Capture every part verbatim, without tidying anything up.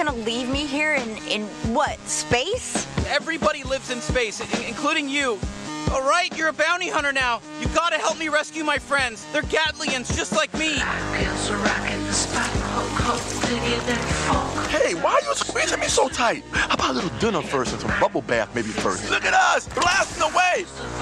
gonna leave me here in, in what, space? Everybody lives in space, I- including you. All right, you're a bounty hunter now. You gotta help me rescue my friends. They're Gatlians, just like me. Hey, why are you squeezing me so tight? How about a little dinner first and some bubble bath maybe first? Look at us, blasting away!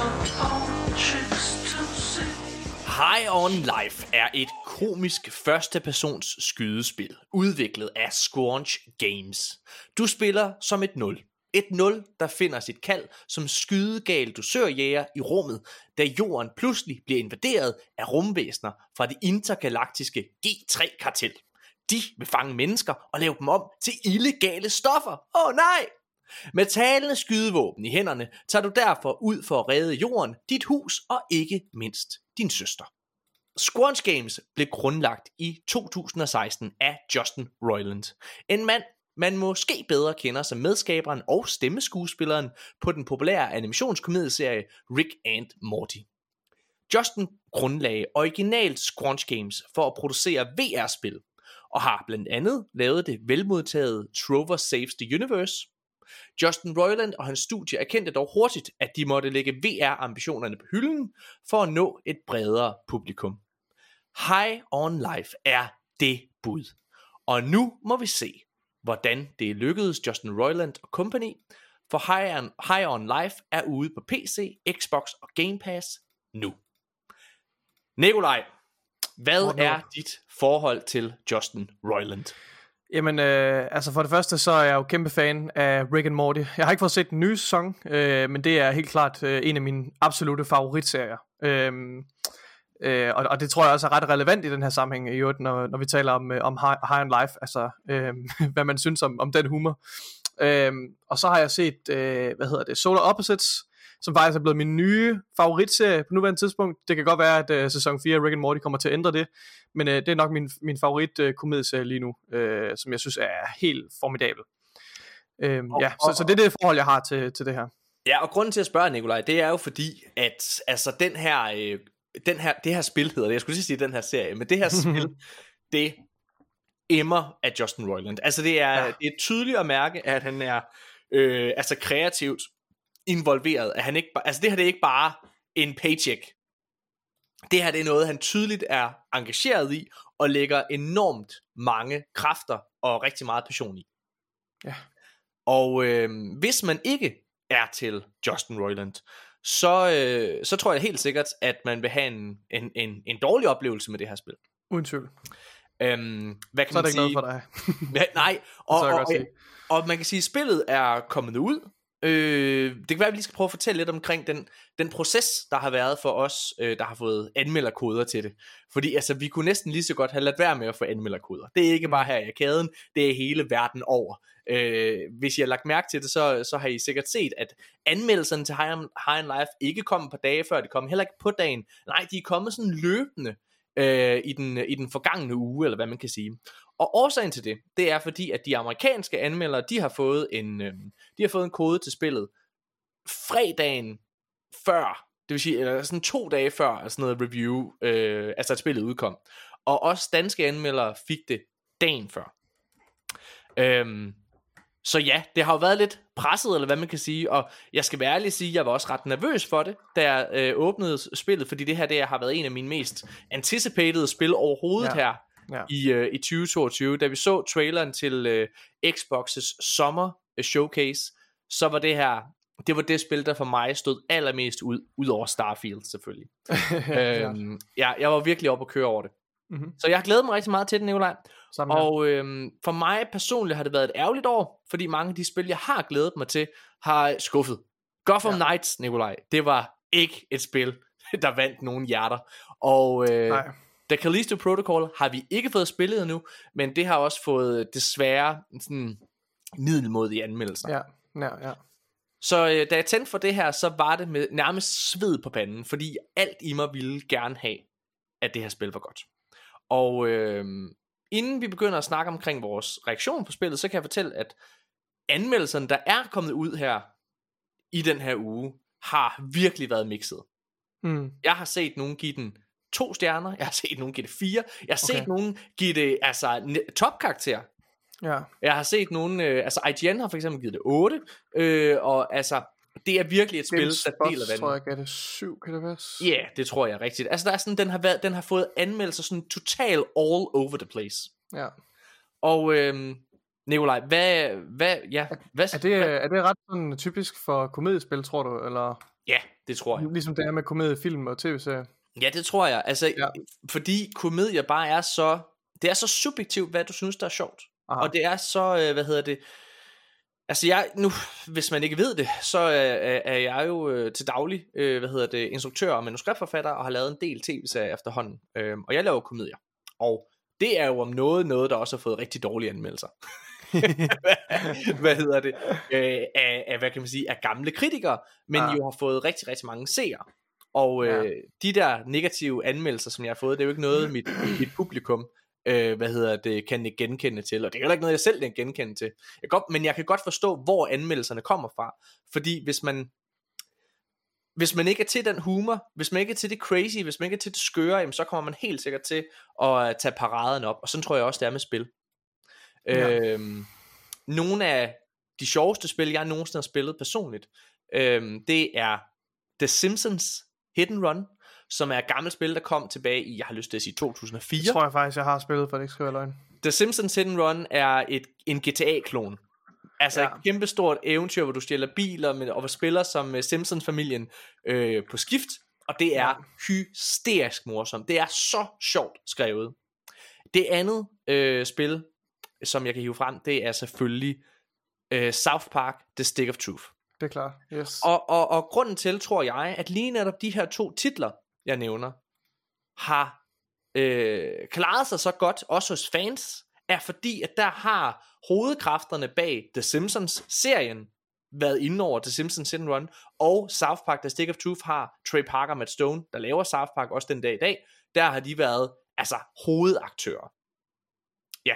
High on Life er et komisk førstepersons skydespil, udviklet af Squanch Games. Du spiller som et nul. Et nul, der finder sit kald som skydegal dusørjæger i rummet, da jorden pludselig bliver invaderet af rumvæsener fra det intergalaktiske G tre kartel. De vil fange mennesker og lave dem om til illegale stoffer. Åh oh, nej! Med talende skydevåben i hænderne tager du derfor ud for at redde jorden, dit hus og ikke mindst din søster. Squanch Games blev grundlagt i to tusind og seksten af Justin Roiland. En mand, man måske bedre kender som medskaberen og stemmeskuespilleren på den populære animationskomedieserie Rick and Morty. Justin grundlagde originalt Squanch Games for at producere V R-spil, og har blandt andet lavet det velmodtagede Trover Saves the Universe. Justin Roiland og hans studie erkendte dog hurtigt, at de måtte lægge V R-ambitionerne på hylden for at nå et bredere publikum. High on Life er det bud. Og nu må vi se, hvordan det lykkedes Justin Roiland og company, for High on, High on Life er ude på P C, Xbox og Game Pass nu. Nikolaj, hvad Hvornår? er dit forhold til Justin Roiland? Jamen, øh, altså for det første, så er jeg jo kæmpe fan af Rick and Morty. Jeg har ikke fået set den nye sæson, øh, men det er helt klart øh, en af mine absolutte favoritserier. Øh, øh, og, og det tror jeg også er ret relevant i den her sammenhæng, i øvrigt, når, når vi taler om, øh, om high, high on Life, altså øh, hvad man synes om, om den humor. Øh, og så har jeg set, øh, hvad hedder det, Solar Opposites, som faktisk er blevet min nye favoritserie på nuværende tidspunkt. Det kan godt være, at uh, sæson fire af Rick and Morty kommer til at ændre det, men uh, det er nok min, min favorit uh, komedieserie lige nu, uh, som jeg synes er helt formidabel. Uh, Og- ja, og- så, så det er det forhold, jeg har til, til det her. Ja, og grunden til at spørge, Nikolaj, det er jo fordi, at altså den her, øh, den her, det her spil hedder det, jeg skulle lige sige den her serie, men det her spil, det emmer af Justin Roiland. Altså det er, Ja. det er tydeligt at mærke, at han er øh, altså kreativt involveret, at han ikke, ba- altså det her det er ikke bare en paycheck. Det her det er noget, han tydeligt er engageret i, og lægger enormt mange kræfter og rigtig meget passion i. Ja. Og øh, hvis man ikke er til Justin Roiland, så, øh, så tror jeg helt sikkert, at man vil have en, en, en, en dårlig oplevelse med det her spil. Uden tvivl. Øhm, hvad kan Så er man det ikke sige? noget for dig. Ja, nej, og, Så og, jeg og, godt sige. og man kan sige, at spillet er kommet ud. Øh, det kan være, at vi lige skal prøve at fortælle lidt omkring den, den proces, der har været for os, øh, der har fået anmelderkoder til det. Fordi altså, vi kunne næsten lige så godt have ladt være med at få anmelderkoder. Det er ikke bare her i arkaden, det er hele verden over. Øh, hvis I har lagt mærke til det, så, så har I sikkert set, at anmeldelserne til High on, High on Life ikke kom på dage før, det kom heller ikke på dagen. Nej, de er kommet sådan løbende øh, i, den, i den forgangne uge, eller hvad man kan sige. Og årsagen til det, det er fordi, at de amerikanske anmeldere, de har fået en, øh, de har fået en kode til spillet fredagen før, det vil sige, eller sådan to dage før, sådan noget review, øh, altså at spillet udkom. Og også danske anmeldere fik det dagen før. Øhm, så ja, det har jo været lidt presset, eller hvad man kan sige, og jeg skal være ærlig at sige, at jeg var også ret nervøs for det, da jeg øh, åbnede spillet, fordi det her det har været en af mine mest anticipated spil overhovedet Ja. her Ja. i, øh, i tyve toogtyve. Da vi så traileren til øh, Xbox's sommer øh, showcase, så var det her, det var det spil, der for mig stod allermest ud, ud over Starfield selvfølgelig. øhm, ja, jeg var virkelig oppe at køre over det. Mm-hmm. Så jeg har glædet mig rigtig meget til det, Nikolaj. Sammen her. Og øhm, for mig personligt har det været et ærgerligt år, fordi mange af de spil, jeg har glædet mig til, har skuffet. Gotham Ja. Knights, Nikolaj, det var ikke et spil, der vandt nogen hjerter. Og øh, Nej. The Callisto Protocol har vi ikke fået spillet endnu, men det har også fået desværre sådan middelmådige anmeldelser. Ja, ja, ja. Så øh, da jeg tændte for det her, så var det med nærmest sved på panden, fordi alt i mig ville gerne have, at det her spil var godt. Og øh, inden vi begynder at snakke omkring vores reaktion på spillet, så kan jeg fortælle, at anmeldelserne, der er kommet ud her i den her uge, har virkelig været mixet. Mm. Jeg har set nogen give den to stjerner, jeg har set nogen give det fire, jeg har set Okay. nogen give det altså ne- topkarakter. Ja. Jeg har set nogle, øh, altså I G N har for eksempel givet det otte, øh, og altså, det er virkelig et spil, Games der deler Box, den. tror jeg, gav det syv, kan det være? Ja, yeah, det tror jeg rigtigt. Altså, der er sådan, den har været, den har fået anmeldelser sådan total all over the place. Ja. Og øhm, Nikolaj, hvad, hvad, ja, hvad, Er det, hvad? er det ret sådan typisk for komediespil, tror du? Eller Ja, det tror jeg. ligesom det er med komediefilm og tv-serier? Ja, det tror jeg. Altså, Ja. fordi komedier bare er så, det er så subjektivt, hvad du synes, der er sjovt. Aha. Og det er så, øh, hvad hedder det, altså jeg, nu, hvis man ikke ved det, så øh, er jeg jo øh, til daglig, øh, hvad hedder det, instruktør og manuskriptforfatter, og har lavet en del tv-serier efterhånden. Øh, og jeg laver komedier. Og det er jo om noget, noget, der også har fået rigtig dårlige anmeldelser. hvad, hvad hedder det? Øh, af, af, hvad kan man sige, af gamle kritikere, men Ah. jo har fået rigtig, rigtig mange seere. Og øh, Ja. de der negative anmeldelser, som jeg har fået, det er jo ikke noget, mit, mit publikum, øh, hvad hedder det, kan ikke genkende til. Og det er heller ikke noget, jeg selv kan genkende til. Jeg kan godt, men jeg kan godt forstå, hvor anmeldelserne kommer fra. Fordi hvis man, hvis man ikke er til den humor, hvis man ikke er til det crazy, hvis man ikke er til det skøre, jamen, så kommer man helt sikkert til at tage paraden op. Og sådan tror jeg også, det er med spil. Ja. Øhm, nogle af de sjoveste spil, jeg nogensinde har spillet personligt, øhm, det er The Simpsons Hit and Run, som er et gammelt spil, der kom tilbage i, jeg har lyst til at sige to tusind og fire. Det tror jeg faktisk, jeg har spillet, for det ikke skal være løgn. The Simpsons Hit and Run er et, en G T A-klon. Altså Ja. et kæmpestort eventyr, hvor du stjæler biler med, og spiller som uh, Simpsons-familien øh, på skift. Og det er Ja. hysterisk morsomt. Det er så sjovt skrevet. Det andet øh, spil, som jeg kan hive frem, det er selvfølgelig øh, South Park The Stick of Truth. Det er klart, yes. Og, og, og grunden til, tror jeg, at lige netop de her to titler, jeg nævner, har øh, klaret sig så godt, også hos fans, er fordi, at der har hovedkræfterne bag The Simpsons-serien været inde over The Simpsons Hit and Run, og South Park The Stick of Truth har Trey Parker og Matt Stone, der laver South Park også den dag i dag, der har de været altså hovedaktører. Ja.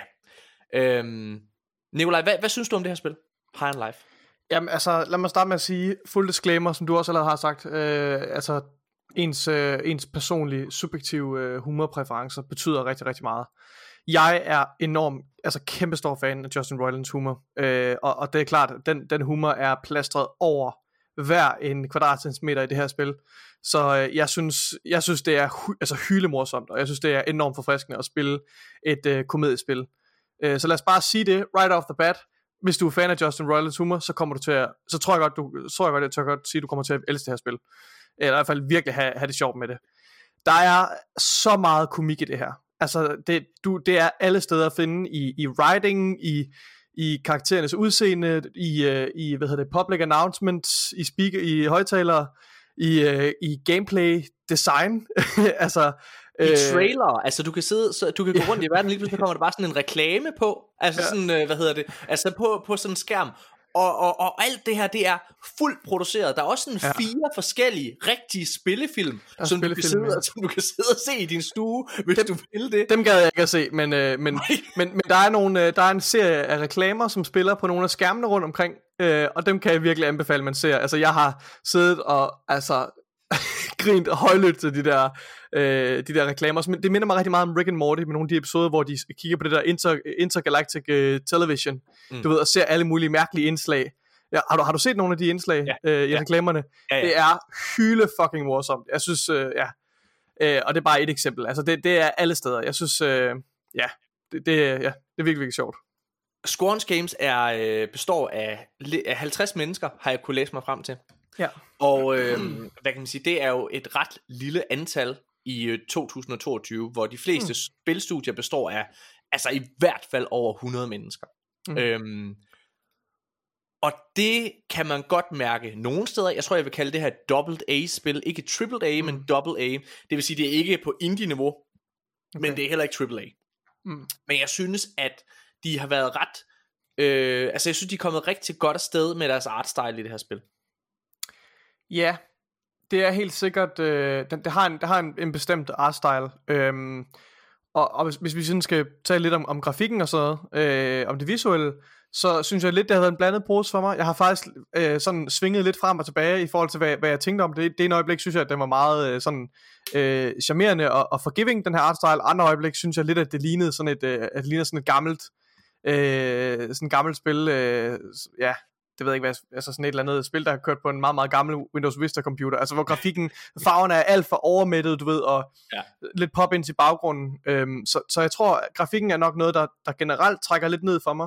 Øhm, Nikolaj, hvad, hvad synes du om det her spil? High on Life. Jamen altså, lad mig starte med at sige, full disclaimer, som du også allerede har sagt, øh, altså ens, øh, ens personlige, subjektive øh, humorpræferencer betyder rigtig, rigtig meget. Jeg er enorm, altså kæmpestor fan af Justin Roilands humor, øh, og, og det er klart, at den, den humor er plastret over hver en kvadratcentimeter i det her spil, så øh, jeg synes, jeg synes det er hu- altså hylemorsomt, og jeg synes det er enormt forfriskende at spille et øh, komediespil. Øh, så lad os bare sige det right off the bat. Hvis du er fan af Justin Roilands humor, så kommer du til at, så tror jeg godt, du, så tror jeg godt, jeg tør godt sige, at du kommer til at elske det her spil. Eller i hvert fald virkelig have, have det sjovt med det. Der er så meget komik i det her. Altså, det, du, det er alle steder at finde i, i writing, i, i karakterernes udseende, i, uh, i hvad hedder det, public announcements, i speaker, i højtalere, i, uh, i gameplay design. altså, I øh, trailer, altså du kan sidde, så du kan gå rundt i verden, lige pludselig kommer der bare sådan en reklame på, altså Ja. sådan, øh, hvad hedder det, altså på, på sådan en skærm, og, og, og alt det her, det er fuldt produceret. Der er også sådan Ja. fire forskellige rigtige spillefilm, er som du, kan spillefilm, sidde, ja. som du kan sidde og se i din stue, hvis Dem- du vil det. Dem gad jeg ikke at se, men, øh, men, men, men der, er nogle, øh, der er en serie af reklamer, som spiller på nogle af skærmene rundt omkring, øh, og dem kan jeg virkelig anbefale, man ser. Altså, jeg har siddet og altså grint højlydt til de der, øh, de der reklamer. Så det minder mig rigtig meget om Rick and Morty, med nogle af de episoder, hvor de kigger på det der inter, intergalactic øh, television, Mm. du ved, og ser alle mulige mærkelige indslag. Ja, har, du, har du set nogle af de indslag Ja. øh, i Ja. reklamerne? Ja, ja. Det er hyle fucking morsomt. Jeg synes, øh, ja. Øh, og det er bare et eksempel. Altså, det, det er alle steder. Jeg synes, øh, ja, det, det, ja, det er virkelig, virkelig sjovt. Squanch Games er, øh, består af, li- af halvtreds mennesker, har jeg kunne læse mig frem til. Ja. Og øh, hvad kan man sige, det er jo et ret lille antal i øh, to tusind og toogtyve, hvor de fleste mm. spilstudier består af, altså i hvert fald over hundrede mennesker. Mm. Øhm, og det kan man godt mærke nogle steder. Jeg tror, jeg vil kalde det her et double A-spil. Ikke triple A, mm. men double A. Det vil sige, det er ikke på indie-niveau, okay. men det er heller ikke triple A. Mm. Men jeg synes, at de har været ret... Øh, altså, jeg synes, de er kommet rigtig godt afsted med deres artstyle i det her spil. Ja, det er helt sikkert, øh, det, det har, en, det har en, en bestemt artstyle, øhm, og, og hvis, hvis vi sådan skal tale lidt om, om grafikken og sådan noget, øh, om det visuelle, så synes jeg lidt, det har været en blandet pose for mig. Jeg har faktisk øh, sådan svinget lidt frem og tilbage i forhold til, hvad, hvad jeg tænkte om det. Det ene øjeblik synes jeg, at den var meget øh, sådan øh, charmerende og, og forgiving, den her artstyle. Andre øjeblik synes jeg lidt, at det lignede sådan et, øh, at det lignede sådan et gammelt øh, sådan et gammelt spil, øh, ja, det ved jeg ikke hvad, altså sådan et eller andet spil, der har kørt på en meget, meget gammel Windows Vista computer, altså hvor grafikken, farverne er alt for overmættet, du ved, og ja. lidt pop-ins i baggrunden, øhm, så, så jeg tror, at grafikken er nok noget, der, der generelt trækker lidt ned for mig,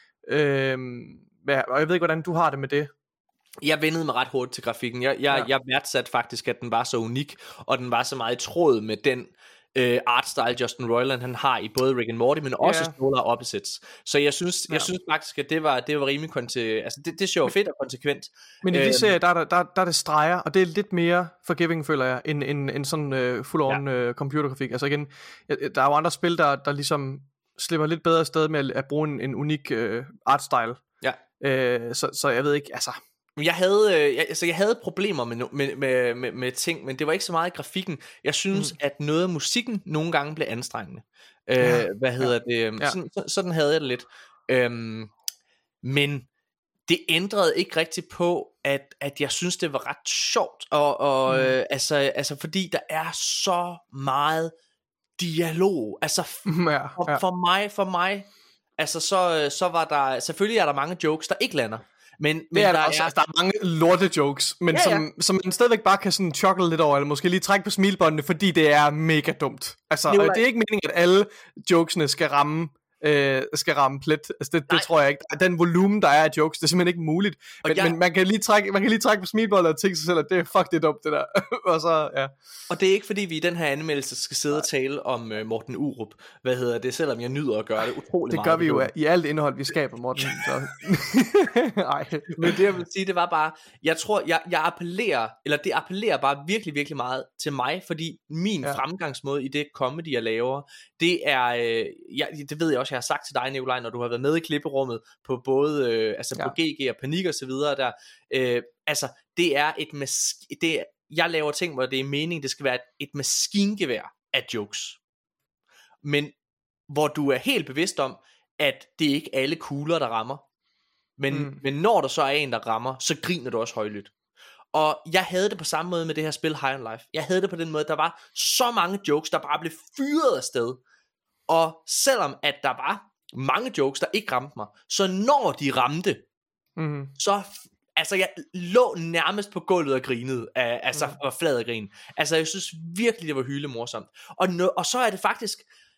øhm, og jeg ved ikke, hvordan du har det med det. Jeg vendede mig ret hurtigt til grafikken. Jeg, jeg, ja. jeg værdsatte faktisk, at den var så unik, og den var så meget i tråd med den øh, artstyle, Justin Roiland han har i både Rick and Morty, men også ja. Solar Opposites. Så jeg synes, ja. jeg synes faktisk, at det var, det var rimelig konti- altså det, det så fedt og konsekvent. Men i de serier, der, der, der, der er det streger, og det er lidt mere forgiving, føler jeg, end, end, end sådan uh, full-on ja. uh, computergrafik. Altså igen, der er jo andre spil, der, der ligesom slipper lidt bedre sted med at, at bruge en, en unik uh, artstyle. Ja. Uh, så, så jeg ved ikke, altså... Jeg havde, øh, jeg, altså jeg havde problemer med, med, med, med, med ting, men det var ikke så meget i grafikken. Jeg synes, mm. at noget af musikken nogle gange blev anstrengende. Øh, ja. Hvad hedder ja. det? Ja. Sådan, så, sådan havde jeg det lidt. Øhm, men det ændrede ikke rigtig på, at, at jeg synes, det var ret sjovt. Og, og mm. øh, altså, altså, fordi der er så meget dialog. Altså, f- ja. For, for mig, for mig, altså så, så var der, selvfølgelig er der mange jokes, der ikke lander. Men, men det er der, der, også, er... altså, der er mange lorte jokes, men ja, ja. Som, som man stadigvæk bare kan sådan chuckle lidt over, eller måske lige trække på smilbåndene, fordi det er mega dumt. Altså, det er, det er ikke meningen, at alle jokesene skal ramme, øh, skal ramme plet. Altså, det, det tror jeg ikke. Den volumen, der er af jokes, det er simpelthen ikke muligt. Men, jeg... men man, kan lige trække, man kan lige trække på smilbåndet og tænke sig selv, at det er fuck, det er dumt, det der. og, så, ja. og det er ikke, fordi vi i den her anmeldelse skal sidde Nej. og tale om uh, Morten Urup. Hvad hedder det, selvom jeg nyder at gøre det utrolig det meget. Det gør vi jo i alt indhold, vi skaber, Morten. Så. Nej. Men det jeg vil sige, det var bare, jeg tror, jeg, jeg appellerer, eller det appellerer bare virkelig, virkelig meget til mig, fordi min ja. fremgangsmåde i det comedy, jeg laver, det er, øh, jeg, det ved jeg også, jeg har sagt til dig, Nikolaj, når du har været med i klipperummet på både, øh, altså ja. på G G og Panik og så videre der, øh, altså det er et mas- det er, jeg laver ting, hvor det er meningen, det skal være et, et maskingevær af jokes, men hvor du er helt bevidst om, at det er ikke alle kugler, der rammer, men, mm. men når der så er en, der rammer, så griner du også højlydt. Og jeg havde det på samme måde med det her spil High on Life. Jeg havde det på den måde, der var så mange jokes, der bare blev fyret afsted. Og selvom at der var mange jokes, der ikke ramte mig, så når de ramte, mm. så altså jeg lå nærmest på gulvet og grinede, af, altså mm. og flad af grin. Altså jeg synes virkelig, det var hylemorsomt. Og, no, og så er det faktisk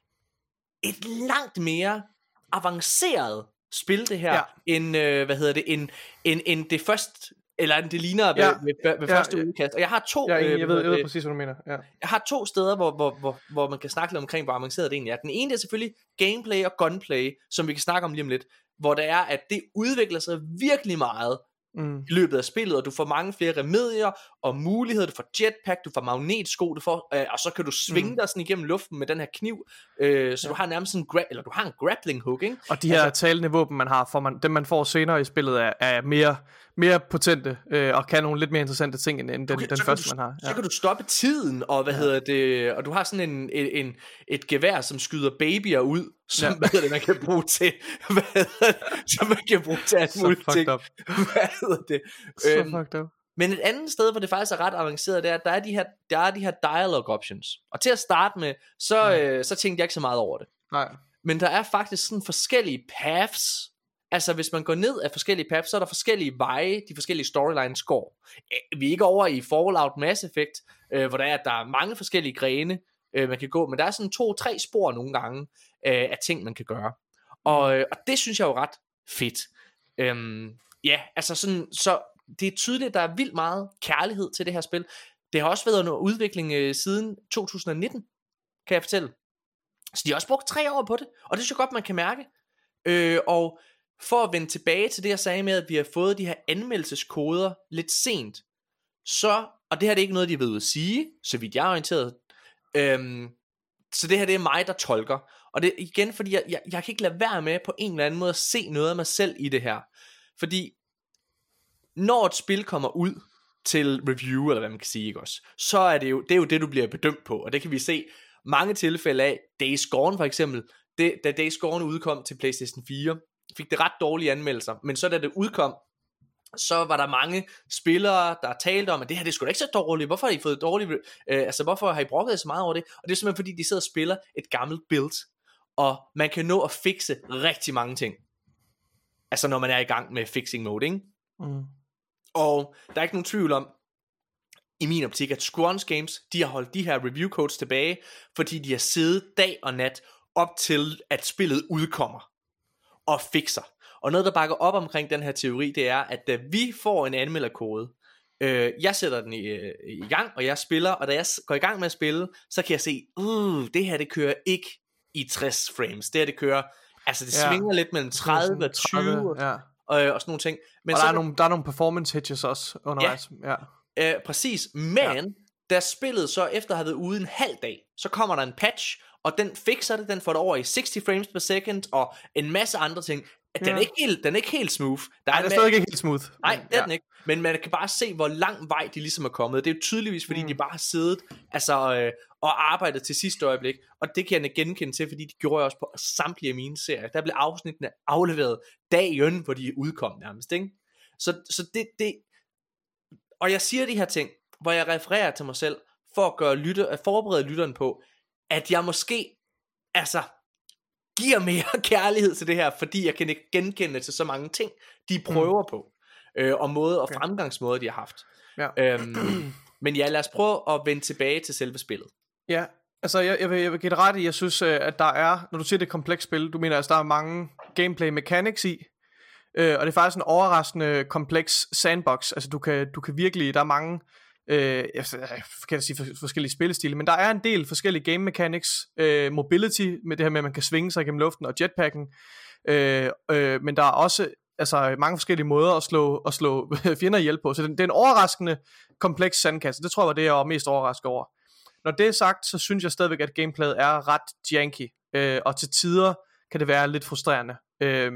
et langt mere avanceret spil det her, ja. end øh, hvad hedder det, end, end, end det første, eller det ligner ja. ved, ved, ved ja, første ja. udkast. Og jeg har to, ja, jeg, øh, ved, jeg ved præcis hvad du mener. Ja. Jeg har to steder, hvor, hvor, hvor, hvor man kan snakke lidt omkring, hvor avanceret det egentlig er. Den ene er selvfølgelig gameplay og gunplay, som vi kan snakke om lige om lidt, hvor det er, at det udvikler sig virkelig meget mm. i løbet af spillet, og du får mange flere remedier og muligheder, du får jetpack, du får magnetsko, du får, øh, og så kan du svinge mm. dig sådan igennem luften med den her kniv, øh, så ja. du har nærmest sådan en gra- eller du har en grappling hook, ikke? Og de her altså, talende våben man har, for man, dem man får senere i spillet er, er mere mere potente øh, og kan nogle lidt mere interessante ting end den, okay, den første du, man har. Ja. Så kan du stoppe tiden og hvad ja. hedder det, og du har sådan en, en, en et gevær som skyder babyer ud, som ja. hvad hedder det, man kan bruge til hvad hedder det, som man kan bruge til alt muligt ting. Hvad hedder det? Så øhm, fucked up. Men et andet sted, hvor det faktisk er ret avanceret, det er, at der er de her, der er de her dialogue options. Og til at starte med, så, ja. øh, så tænkte jeg ikke så meget over det. Nej. Men der er faktisk sådan forskellige paths. Altså hvis man går ned af forskellige paths, så er der forskellige veje, de forskellige storylines går. Vi er ikke over i Fallout Mass Effect, øh, hvor der er, at der er mange forskellige grene, øh, man kan gå. Men der er sådan to-tre spor nogle gange øh, af ting, man kan gøre. Og, øh, og det synes jeg er jo ret fedt. Øhm, ja, altså sådan, så det er tydeligt, at der er vildt meget kærlighed til det her spil. Det har også været under udvikling øh, siden to tusind nitten, kan jeg fortælle. Så de har også brugt tre år på det, og det er så godt, man kan mærke. Øh, og for at vende tilbage til det, jeg sagde med, at vi har fået de her anmeldelseskoder lidt sent, så, og det her det er ikke noget, de ved at sige, så vidt jeg er orienteret, øhm, så det her det er mig, der tolker. Og det er igen, fordi jeg, jeg, jeg kan ikke lade være med på en eller anden måde at se noget af mig selv i det her. Fordi når et spil kommer ud til review, eller hvad man kan sige, ikke også, så er det jo det, er jo det du bliver bedømt på, og det kan vi se mange tilfælde af. Days Gone for eksempel, det, da Days Gone udkom til PlayStation fire, fik det ret dårlige anmeldelser, men så da det udkom, så var der mange spillere, der talte om, at det her, det er sgu da ikke så dårligt, hvorfor har I fået dårligt, øh, altså hvorfor har I brokket så meget over det, og det er simpelthen fordi, de sidder og spiller et gammelt build, og man kan nå at fikse rigtig mange ting. Altså når man er i gang med fixing mode, ikke? Mm. Og der er ikke nogen tvivl om, i min optik, at Squanch Games, de har holdt de her review codes tilbage, fordi de har siddet dag og nat op til, at spillet udkommer og fikser. Og noget, der bakker op omkring den her teori, det er, at da vi får en anmelderkode, øh, jeg sætter den i, øh, i gang, og jeg spiller, og da jeg går i gang med at spille, så kan jeg se, uh, det her, det kører ikke i tres frames. Det her, det kører, altså det Ja. svinger lidt mellem tredive og tyve, ja. og, øh, og sådan nogle ting. Men Og så der er, nogle, der er nogle performance hitches også undervejs. Ja. Øh, præcis, men ja. Da spillet så efter at have været ude en halv dag, så kommer der en patch, og den fikser det, den får det over i tres frames per second, og en masse andre ting. Den, Ja. er ikke helt, den er ikke helt smooth. Der Nej, er det er en stadig ikke helt smooth. Nej, det er ja. den ikke. Men man kan bare se, hvor lang vej de ligesom er kommet. Det er jo tydeligvis, fordi mm. de bare har siddet altså, øh, og arbejdet til sidste øjeblik. Og det kan jeg genkende til, fordi de gjorde jeg også på samtlige af mine serier. Der blev afsnittene afleveret dagen, hvor de udkom nærmest. Ikke? Så, så det, det... Og jeg siger de her ting, hvor jeg refererer til mig selv, for at, gøre lytter, at forberede lytteren på, at jeg måske altså giver mere kærlighed til det her, fordi jeg kan ikke genkende til så mange ting, de prøver mm. på, øh, og måder og okay. fremgangsmåder, de har haft. Ja. Øhm, men ja, lad os prøve at vende tilbage til selve spillet. Ja, altså jeg, jeg, vil, jeg vil give det ret i, jeg synes, at der er, når du siger det er et komplekst spil, du mener altså, der er mange gameplay mechanics i, øh, og det er faktisk en overraskende kompleks sandbox, altså du kan, du kan virkelig, der er mange, øh, jeg kan jeg sige forskellige spillestile, men der er en del forskellige game mechanics, øh, mobility, med det her med, at man kan svinge sig gennem luften, og jetpacken, øh, øh, men der er også altså mange forskellige måder at slå, at slå fjender ihjel på, så det, det er en overraskende kompleks sandkasse, det tror jeg var det, jeg var mest overrasket over. Når det er sagt, så synes jeg stadigvæk, at gameplayet er ret janky, øh, og til tider kan det være lidt frustrerende. Øh,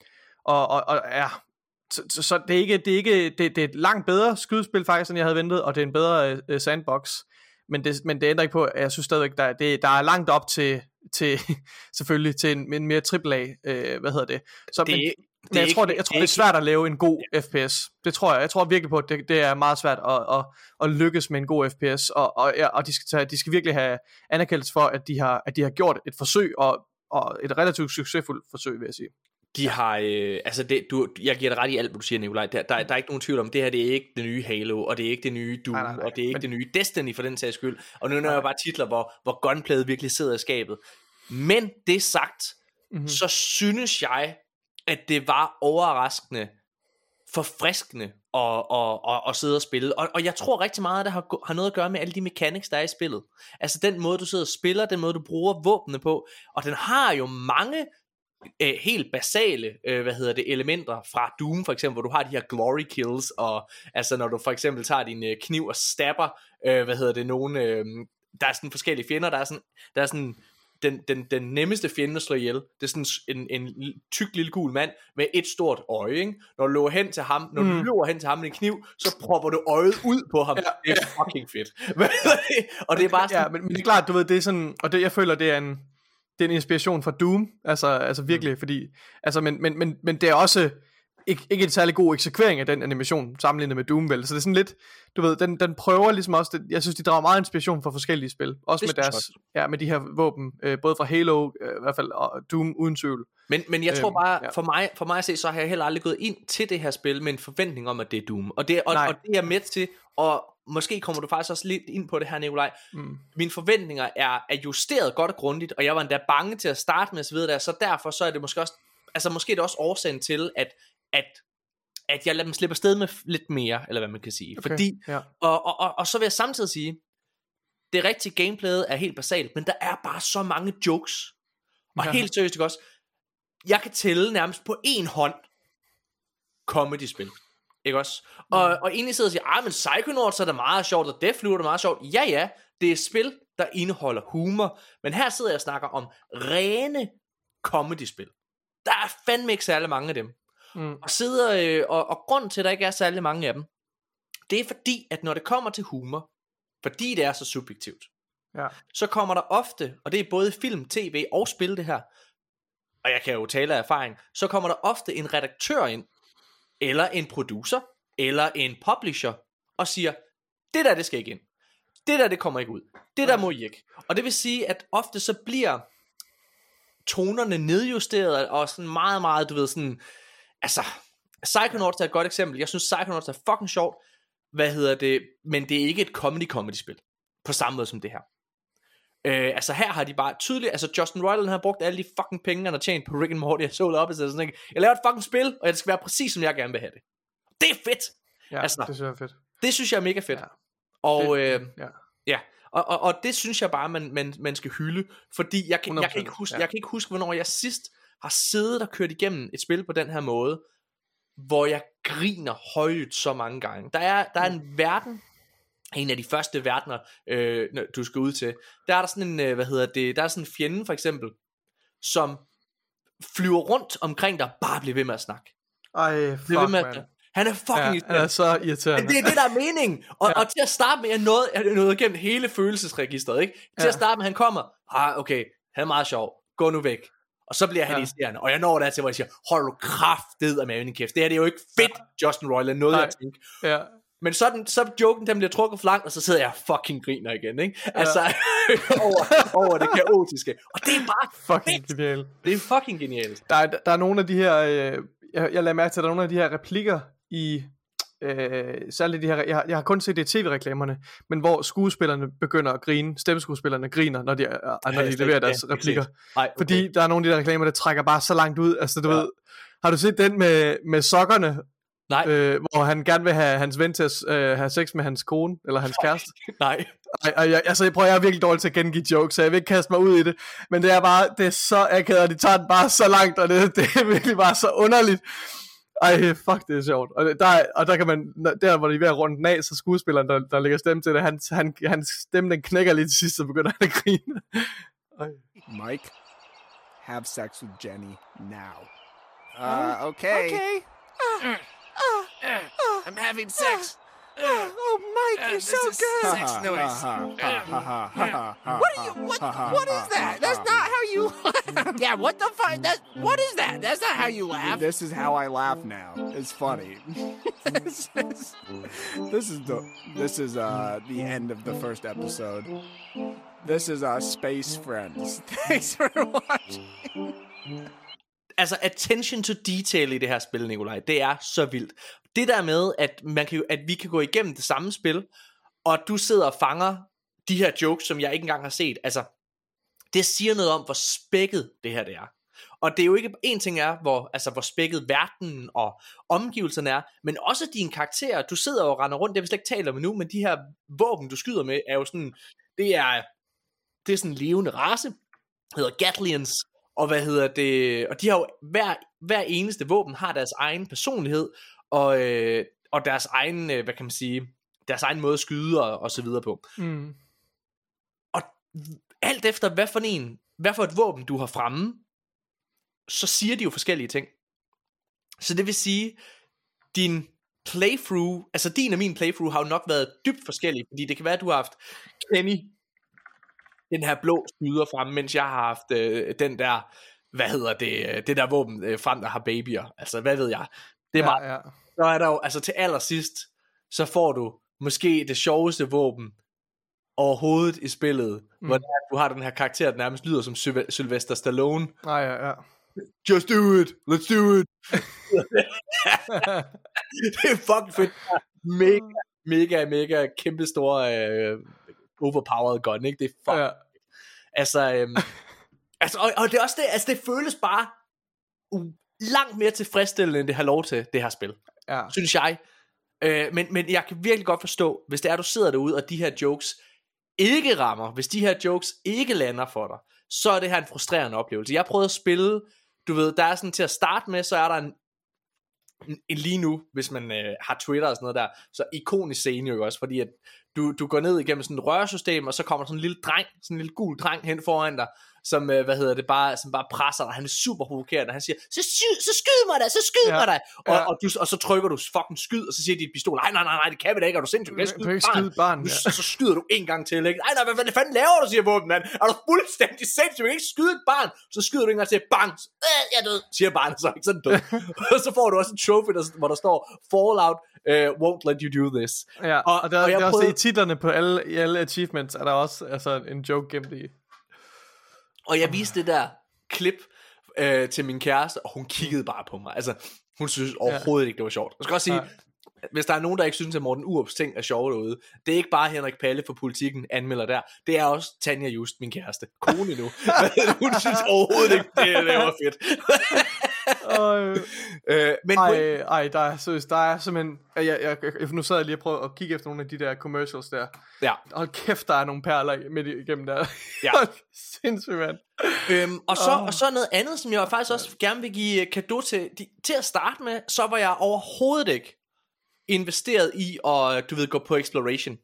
og, og, og ja, så, så det er ikke, det er ikke, det, det er et langt bedre skydespil faktisk, end jeg havde ventet, og det er en bedre øh, sandbox, men det, men det ændrer ikke på, at jeg synes stadigvæk, der, det, der er langt op til, til selvfølgelig til en, en mere triple A, øh, hvad hedder det? Så, det men, det men jeg, ikke, tror, det, jeg tror, det er svært at lave en god ja. F P S. Det tror jeg. Jeg tror virkelig på, at det, det er meget svært at, at, at lykkes med en god F P S, og, og, ja, og de, skal tage, de skal virkelig have anerkendelse for, at de har, at de har gjort et forsøg, og, og et relativt succesfuldt forsøg, vil jeg sige. De har, øh, altså det, du, jeg giver dig ret i alt, hvad du siger, Nikolaj. Der, der, der er ikke nogen tvivl om, det her det er ikke det nye Halo, og det er ikke det nye Doom, nej, nej, nej. og det er ikke men... det nye Destiny for den sags skyld. Og nu når jeg bare titler, hvor, hvor gunplayet virkelig sidder i skabet. Men det sagt, mm-hmm. så synes jeg, at det var overraskende forfriskende at, at, at, at sidde og spille. Og, og jeg tror rigtig meget, at det har, har noget at gøre med alle de mechanics, der er i spillet. Altså den måde, du sidder og spiller, den måde, du bruger våbnene på. Og den har jo mange øh, helt basale øh, hvad hedder det, elementer fra Doom, for eksempel, hvor du har de her glory kills, og altså når du for eksempel tager din øh, kniv og stabber, øh, hvad hedder det, nogle, øh, der er sådan forskellige fjender, der er sådan, der er sådan Den, den, den nemmeste fjende at slå ihjel, det er sådan en, en tyk lille gul mand med et stort øje, ikke? Når du løber hen til ham, når du mm. løber hen til ham med en kniv, så propper du øjet ud på ham. Ja, det er ja. fucking fedt. Og det er bare sådan, ja, men, men det er klart, du ved, det er sådan, og det jeg føler, det er en, det er en inspiration fra Doom, altså, altså virkelig, mm. fordi, altså, men, men, men, men det er også ikke, ikke en særlig god eksekvering af den animation sammenlignet med Doom, vel? Så det er sådan lidt, du ved, den, den prøver ligesom også, det, jeg synes, de drager meget inspiration fra forskellige spil, også det med deres, ja, med de her våben, øh, både fra Halo, øh, i hvert fald, og Doom uden tvivl. Men, men jeg tror øhm, bare, ja. for mig, for mig at se, så har jeg heller aldrig gået ind til det her spil med en forventning om, at det er Doom, og det, og, og det er jeg med til, og måske kommer du faktisk også lidt ind på det her, Nikolaj. Mm. Mine forventninger er, er justeret godt og grundigt, og jeg var endda bange til at starte med at videre der, så derfor så er det måske også, altså måske er det også årsagen til, at, at at jeg lader dem slippe afsted med lidt mere, eller hvad man kan sige. Okay, Fordi, ja. og, og, og, og så vil jeg samtidig sige, det rigtige gameplayet er helt basalt, men der er bare så mange jokes. Og ja. Helt seriøst, ikke også? Jeg kan tælle nærmest på en hånd comedy-spil. Ikke også? Og, mm. og egentlig sidder og siger, ah, men Psychonauts er da meget sjovt, og Deathloop er da meget sjovt. Ja, ja, det er spil, der indeholder humor. Men her sidder jeg og snakker om rene comedy-spil. Der er fandme ikke særlig mange af dem. Mm. Og sidder øh, og, og grunden til at der ikke er særlig mange af dem, det er fordi at når det kommer til humor, fordi det er så subjektivt, ja. Så kommer der ofte, og det er både film, tv og spil det her, og jeg kan jo tale af erfaring, så kommer der ofte en redaktør ind, eller en producer, eller en publisher, og siger, det der det skal ikke ind, det der det kommer ikke ud, det der må I ikke. Og det vil sige at ofte så bliver tonerne nedjusteret, og sådan meget, meget, du ved, sådan, altså, Psychonauts er et godt eksempel. Jeg synes, Psychonauts er fucking sjovt, hvad hedder det, men det er ikke et comedy-comedy-spil, på samme måde som det her. Øh, altså her har de bare tydeligt, altså Justin Roiland har brugt alle de fucking penge, han har tjent på Rick and Morty, jeg så det op, og sådan, jeg laver et fucking spil, og det skal være præcis, som jeg gerne vil have det. Det er fedt! Ja, altså, det synes jeg er fedt. Det synes jeg er mega fedt. Ja. Og, det, øh, ja. ja. Og, og, og det synes jeg bare, man, man, man skal hylde, fordi jeg kan, jeg, kan ikke huske, ja. jeg kan ikke huske, hvornår jeg sidst har siddet og kørt igennem et spil på den her måde, hvor jeg griner højt så mange gange. Der er, der er en verden, en af de første verdener, øh, du skal ud til, der er der sådan en, øh, hvad hedder det, der er sådan en fjende for eksempel, som flyver rundt omkring dig, bare bliver ved med at snakke. Ej, fuck, man. Han er fucking ja, irriterende. Han er så irriterende. Det er det, der er meningen. Og, ja. og til at starte med, jeg nåede, jeg nåede igennem hele følelsesregistret, ikke? Til ja. at starte med, han kommer, ah, okay, han er meget sjov, gå nu væk. Og så bliver han ja. irriterende. Og jeg når der til, hvor jeg siger, hold du kraftet af maven i kæft. Det her det er jo ikke fedt, ja. Justin Roiland, noget jeg tænker. Ja. Men så, den, så joken, den bliver trukket for langt, og så sidder jeg fucking griner igen, ikke? Ja. Altså, over, over det kaotiske. Og det er bare fucking fedt. Genialt. Det er fucking genialt. Der er, der er nogle af de her, øh, jeg, jeg lader mærke til, at der er nogle af de her replikker i, øh, særligt de her, jeg, jeg har kun set det i tv-reklamerne, men hvor skuespillerne begynder at grine, stemmeskuespillerne griner, når de, når de ja, leverer deres ja, replikker. Ej, okay. Fordi der er nogle af de der reklamer, der trækker bare så langt ud. Altså, du ja. ved, har du set den med, med sokkerne? Nej. Øh, hvor han gerne vil have hans ven til at øh, have sex med hans kone, eller hans Nej. kæreste. Nej. Ej, ej, jeg, altså, jeg prøver, jeg er virkelig dårlig til at gengive jokes, så jeg vil ikke kaste mig ud i det. Men det er bare, det er så akavet, og de tager den bare så langt, og det, det er virkelig bare så underligt. Ej, fuck, det er sjovt. Og der, og der kan man, der hvor de er ved at runde den af, så skuespilleren, der, der lægger stemme til det, han, han, hans stemme, den knækker lige til sidst, så begynder han at grine. Ej. Mike, have sex with Jenny now. Uh, okay. Okay. Uh, uh, uh, I'm having sex. Uh, oh, Mike, you're so good. Sex noise. What are you? What? What is that? That's not how you. Yeah, what the fuck? That. What is that? That's not how you laugh. This is how I laugh now. It's funny. this is. This is the. This is uh the end of the first episode. This is uh Space Friends. Thanks for watching. Altså attention to detail i det her spil, Nikolaj, det er så vildt. Det der med at man kan, at vi kan gå igennem det samme spil, og du sidder og fanger de her jokes, som jeg ikke engang har set. Altså det siger noget om hvor spækket det her det er. Og det er jo ikke en ting er hvor altså hvor spækket verden og omgivelserne er, men også dine karakterer. Du sidder og render rundt, det vi slet ikke taler om nu, men de her våben du skyder med er jo sådan, det er det er sådan en levende race, hedder Gatlians. Og hvad hedder det? Og de har jo hver, hver eneste våben har deres egen personlighed og øh, og deres egen øh, hvad kan man sige, deres egen måde at skyde og, og så videre på. Mm. Og alt efter hvad for en, hvad for et våben du har fremme, så siger de jo forskellige ting. Så det vil sige, din playthrough, altså din og min playthrough har jo nok været dybt forskellige, fordi det kan være at du har haft Kenny, den her blå skyder frem, mens jeg har haft øh, den der, hvad hedder det, det der våben øh, frem, der har babyer. Altså, hvad ved jeg? Det er ja, meget. Ja. Så er der jo, altså til allersidst, så får du måske det sjoveste våben overhovedet i spillet, mm. hvor du har den her karakter, der nærmest lyder som Syl- Sylvester Stallone. Nej, ja, ja. Just do it, let's do it. Det er fucking fedt. Mega, mega, mega kæmpe store øh, overpowered gun, ikke? Det er fucking ja. Altså, øhm, altså og, og det er også det, altså det føles bare uh, langt mere tilfredsstillende, end det har lov til, det her spil. Ja. Synes jeg. Øh, men, men jeg kan virkelig godt forstå, hvis det er, du sidder derude, og de her jokes ikke rammer, hvis de her jokes ikke lander for dig, så er det her en frustrerende oplevelse. Jeg prøvede at spille, du ved, der er sådan til at starte med, så er der en, en, en lige nu, hvis man øh, har Twitter og sådan noget der, så ikonisk scene jo også, fordi at du, du går ned igennem sådan et rørsystem, og så kommer sådan en lille dreng, sådan en lille gul dreng hen foran dig, som, øh, hvad hedder det, bare, som bare presser dig. Han er super provokerende, han siger, så, sy- så skyd mig da, så skyd ja. mig da, og, ja. og, du, og så trykker du fucking skyd, og så siger dit pistol, nej, nej, nej, nej, det kan vi da ikke, er du sindssygt, jeg skyder barn, barn ja. så, så skyder du en gang til, ikke? Nej, nej, hvad, hvad fanden laver du, siger våben, mand, er du fuldstændig sindssygt, du kan ikke skyde et barn, så skyder du en gang til, bang, øh, jeg er død, siger barnet så, ikke sådan død, og så får du også en trophy, der, hvor der står, Fallout uh, won't let you do this. Ja, og, og, der, og jeg det er prøvede... også i titlerne på alle, i alle achievements, er der også altså, en joke gemt i. Og jeg viste det der klip øh, til min kæreste, og hun kiggede bare på mig. Altså, hun synes overhovedet ja. ikke, det var sjovt. Jeg skal også sige, ja. hvis der er nogen, der ikke synes, at Morten Urups ting er sjovt derude, det er ikke bare Henrik Palle for Politikken anmelder der, det er også Tanja Just, min kæreste, kone nu. Hun synes overhovedet ikke, det, det var fedt. øh, øh, men ej, ej, der er, seriøst, der er simpelthen, jeg, jeg, jeg, nu sad jeg lige og prøvede at kigge efter nogle af de der commercials der. Ja. Hold kæft, der er nogle perler midt igennem der. Ja. Sindssygt, mand. Øhm, og, så, oh. og så noget andet, som jeg faktisk også gerne vil give cadeau til. De, til at starte med, så var jeg overhovedet ikke investeret i at, du ved, gå på exploration.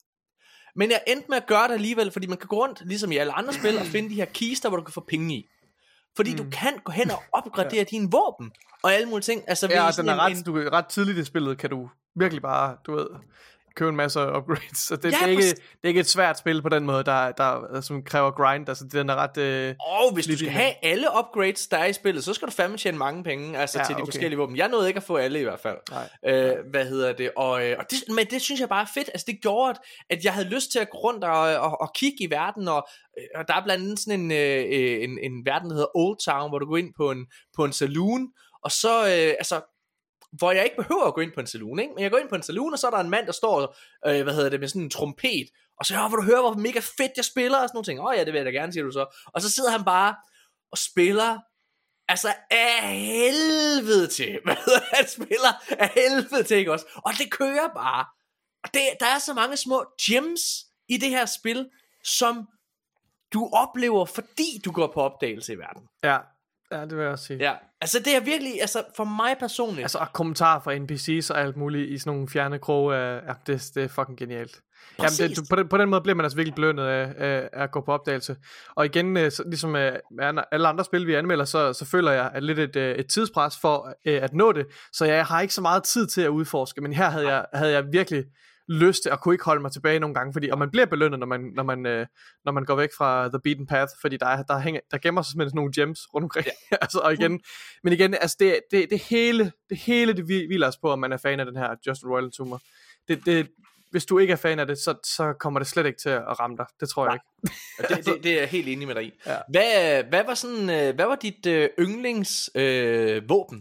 Men jeg endte med at gøre det alligevel, fordi man kan gå rundt, ligesom i alle andre spil, og finde de her kister, hvor du kan få penge i. Fordi mm. du kan gå hen og opgradere ja. dine våben og alle mulige ting. Altså, ja, den er en, ret, en... du, ret tidligt i spillet, kan du virkelig bare, du ved, købe en masse upgrades. Så det, ja, det, er ikke, det er ikke et svært spil på den måde, der, der, som kræver grind. Altså, den er ret... Øh, og hvis du skal have alle upgrades, der er i spillet, så skal du fandme tjene mange penge, altså ja, til de okay. forskellige våben. Jeg nåede ikke at få alle i hvert fald. Nej. Øh, hvad hedder det? Og, og det, men det synes jeg bare er fedt. Altså, det gjorde, at jeg havde lyst til at gå rundt og, og, og kigge i verden, og, og der er blandt andet sådan en, øh, en, en verden, der hedder Old Town, hvor du går ind på en, på en saloon, og så, øh, altså... hvor jeg ikke behøver at gå ind på en saloon, ikke? Men jeg går ind på en saloon, og så er der en mand, der står, øh, hvad hedder det, med sådan en trompet, og så ja, hvor du hører, hvor mega fedt jeg spiller, og sådan nogle ting. Åh oh, ja, det vil jeg da gerne, siger du så. Og så sidder han bare og spiller, altså af helvede til. Hvad hedder det? Han spiller af helvede til, ikke også? Og det kører bare. Og det, der er så mange små gems i det her spil, som du oplever, fordi du går på opdagelse i verden. Ja. Ja, det vil jeg også sige. Ja, altså det er virkelig, altså for mig personligt. Altså og kommentarer fra N P C's og alt muligt i sådan nogle fjerne kroge, ja, det, det er fucking genialt. Præcis. Jamen, det, du, på, den, på den måde bliver man altså virkelig blønnet af, af, af at gå på opdagelse. Og igen, så, ligesom uh, alle andre spil, vi anmelder, så, så føler jeg at lidt et, et tidspres for uh, at nå det. Så jeg har ikke så meget tid til at udforske, men her havde jeg, havde jeg virkelig lyst til at kunne ikke holde mig tilbage nogle gange, fordi og man bliver belønnet, når man når man øh, når man går væk fra the beaten path, fordi der er, der hænger der gemmer sig simpelthen sådan nogle gems rundt omkring. Ja. altså og igen, men igen, altså det det det hele det hele det hviler os på, om man er fan af den her Justin Roiland humor. Det det hvis du ikke er fan af det, så så kommer det slet ikke til at ramme dig. Det tror jeg Nej. ikke. det, det, det er jeg helt enig med dig i. Ja. Hvad hvad var sådan hvad var dit øh, yndlings øh, våben?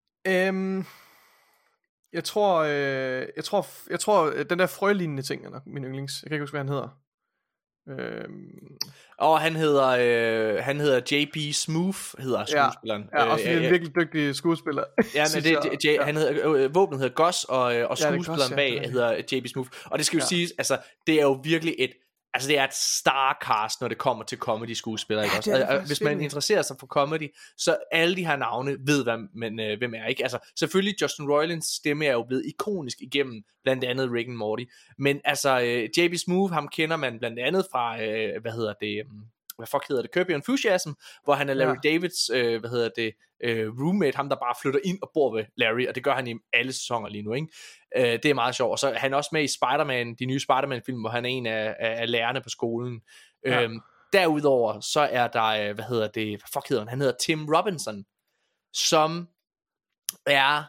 Øhm Jeg tror, øh, jeg tror, jeg tror, den der frølignende ting er nok min yndlings. Jeg kan ikke huske, hvad han hedder. Øhm... Og han hedder, øh, han hedder J B Smooth, hedder skuespilleren. Ja, ja, også øh, en øh, virkelig dygtig skuespiller. Ja, men det, J, J, ja. han hedder, øh, våbnet hedder Gus, og, og skuespilleren ja, Gus, ja, bag ja. hedder J B Smooth. Og det skal jo ja. siges, altså, det er jo virkelig et, altså det er et starcast, når det kommer til comedy skuespillere, ja, ikke også? Og, hvis man interesserer sig for comedy, så alle de her navne ved, hvem, men, øh, hvem er, ikke? Altså selvfølgelig Justin Roilands stemme er jo blevet ikonisk igennem blandt andet Rick and Morty, men altså øh, J B Smooth, ham kender man blandt andet fra, øh, hvad hedder det, øh, hvad fuck hedder det, Curb Your Enthusiasm, hvor han er Larry ja. Davids, øh, hvad hedder det, øh, roommate, ham der bare flytter ind og bor ved Larry, og det gør han i alle sæsoner lige nu, ikke? Øh, det er meget sjovt, og så er han også med i Spider-Man, de nye Spider-Man-film, hvor han er en af, af lærerne på skolen. Ja. Øhm, derudover, så er der, hvad hedder det, hvad fuck hedder han, han hedder Tim Robinson, som er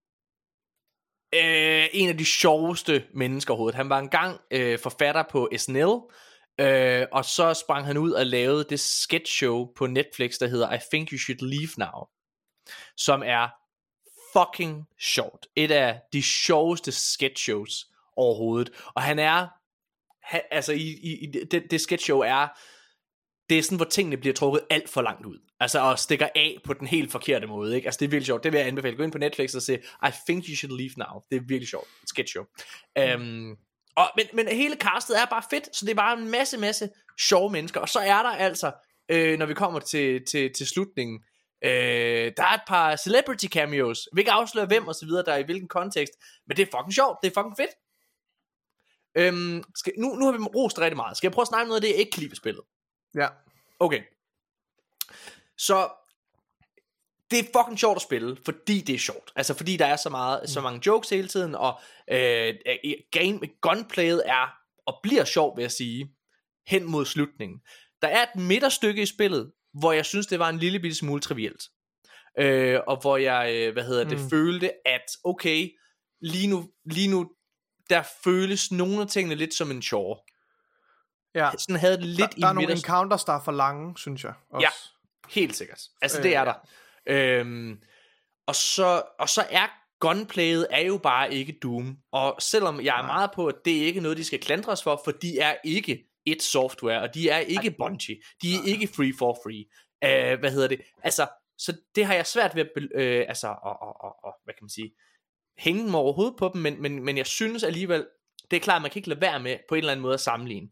øh, en af de sjoveste mennesker overhovedet. Han var engang øh, forfatter på S N L, Øh, og så sprang han ud og lavede det sketch show på Netflix, der hedder I Think You Should Leave Now, som er fucking sjovt. Et af de sjoveste sketch shows overhovedet. Og han er han, altså i, i, i det, det sketch show er det er sådan, hvor tingene bliver trukket alt for langt ud. Altså og stikker af på den helt forkerte måde, ikke? Altså det er virkelig sjovt. Det vil jeg anbefale. Gå ind på Netflix og se I Think You Should Leave Now. Det er virkelig sjovt. Et sketch show. Mm. Um, Og, men, men hele castet er bare fedt. Så det er bare en masse, masse sjove mennesker. Og så er der altså, øh, når vi kommer til, til, til slutningen, øh, der er et par celebrity cameos. Vi kan afsløre hvem og så videre, der er i hvilken kontekst. Men det er fucking sjovt. Det er fucking fedt. øhm, skal, nu, nu har vi rost rigtig meget. Skal jeg prøve at snakke om noget af det, jeg ikke kan lide ved spillet? Ja. Okay. Så det er fucking sjovt at spille, fordi det er sjovt. Altså fordi der er så meget, mm. så mange jokes hele tiden, og øh, game, gunplayet er, og bliver sjovt, vil jeg sige, hen mod slutningen. Der er et midterstykke i spillet, hvor jeg synes, det var en lille bitte smule trivielt. Øh, og hvor jeg, øh, hvad hedder det, mm. følte, at okay, lige nu, lige nu, der føles nogle af tingene lidt som en chore. Ja. Sådan havde det lidt der, i der er nogle midterst... encounters, der er for lange, synes jeg også. Ja. Helt sikkert. Altså det er der. Øhm, og, så, og så er gunplayet er jo bare ikke Doom. Og selvom jeg er meget på, at det er ikke noget, de skal klandres for, for de er ikke et software, og de er ikke Bungie. De er ikke free for free. Uh, hvad hedder det? Altså, så det har jeg svært ved at, uh, altså, og, og, og, og, hvad kan man sige, hænge mig overhovedet på dem, men, men, men jeg synes alligevel, det er klart, at man kan ikke lade være med på en eller anden måde at sammenligne.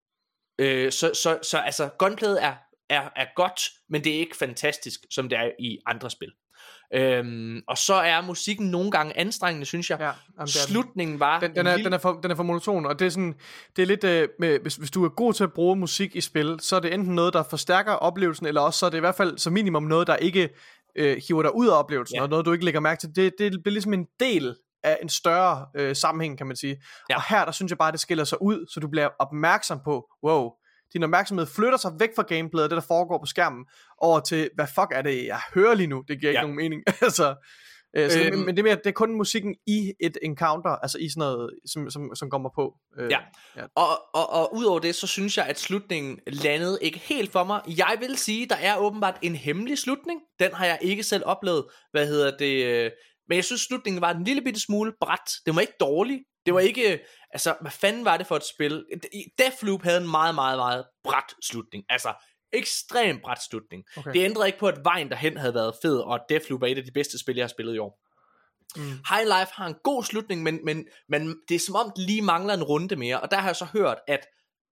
Uh, så, så, så altså, gunplayet er, er, er godt, men det er ikke fantastisk, som det er i andre spil. Øhm, og så er musikken nogle gange anstrengende, synes jeg. Ja, jamen, slutningen var den, den, er, den, er for, den er for monoton. Og det er sådan, det er lidt øh, med, hvis, hvis du er god til at bruge musik i spil, så er det enten noget der forstærker oplevelsen, eller også så er det i hvert fald som minimum noget der ikke øh, hiver dig ud af oplevelsen, ja. Og noget du ikke lægger mærke til. Det, det bliver ligesom en del af en større øh, sammenhæng, kan man sige. Ja. Og her der synes jeg bare det skiller sig ud, så du bliver opmærksom på, wow, din opmærksomhed flytter sig væk fra gameplayet, det der foregår på skærmen, over til, hvad fuck er det, jeg hører lige nu? Det giver ikke ja. nogen mening. altså, øh, så, øhm, men det er, mere, det er kun musikken i et encounter, altså i sådan noget, som, som, som kommer på. Øh, ja, ja. Og, og, og udover det, så synes jeg, at slutningen landede ikke helt for mig. Jeg vil sige, der er åbenbart en hemmelig slutning. Den har jeg ikke selv oplevet. Hvad hedder det? Øh, men jeg synes, slutningen var en lille bitte smule brat. Det var ikke dårligt. Det var ikke, altså, hvad fanden var det for et spil? Deathloop havde en meget, meget, meget brat slutning. Altså, ekstremt brat slutning. Okay. Det ændrede ikke på, at vejen derhen havde været fed, og at Deathloop er et af de bedste spil, jeg har spillet i år. Mm. High Life har en god slutning, men, men, men det er som om, det lige mangler en runde mere. Og der har jeg så hørt, at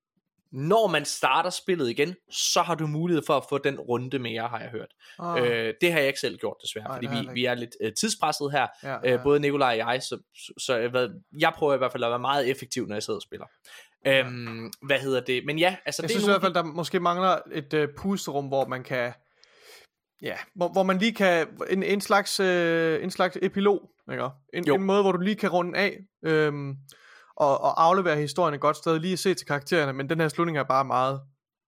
når man starter spillet igen, så har du mulighed for at få den runde mere, har jeg hørt. Oh. Øh, det har jeg ikke selv gjort, desværre, Ej, fordi vi, vi er lidt øh, tidspresset her, ja, ja. Øh, både Nikolaj og jeg, så, så, så jeg, ved, jeg prøver i hvert fald at være meget effektiv, når jeg sidder og spiller. Ja. Øhm, hvad hedder det? Men ja, altså jeg det synes er i hvert fald, der måske mangler et øh, pusterum, hvor man kan, ja, hvor, hvor man lige kan, en, en, slags, øh, en slags epilog, ikke? En, en måde, hvor du lige kan runde af, øhm, Og, og aflevere historien et godt sted, lige se til karaktererne, men den her slutning er bare meget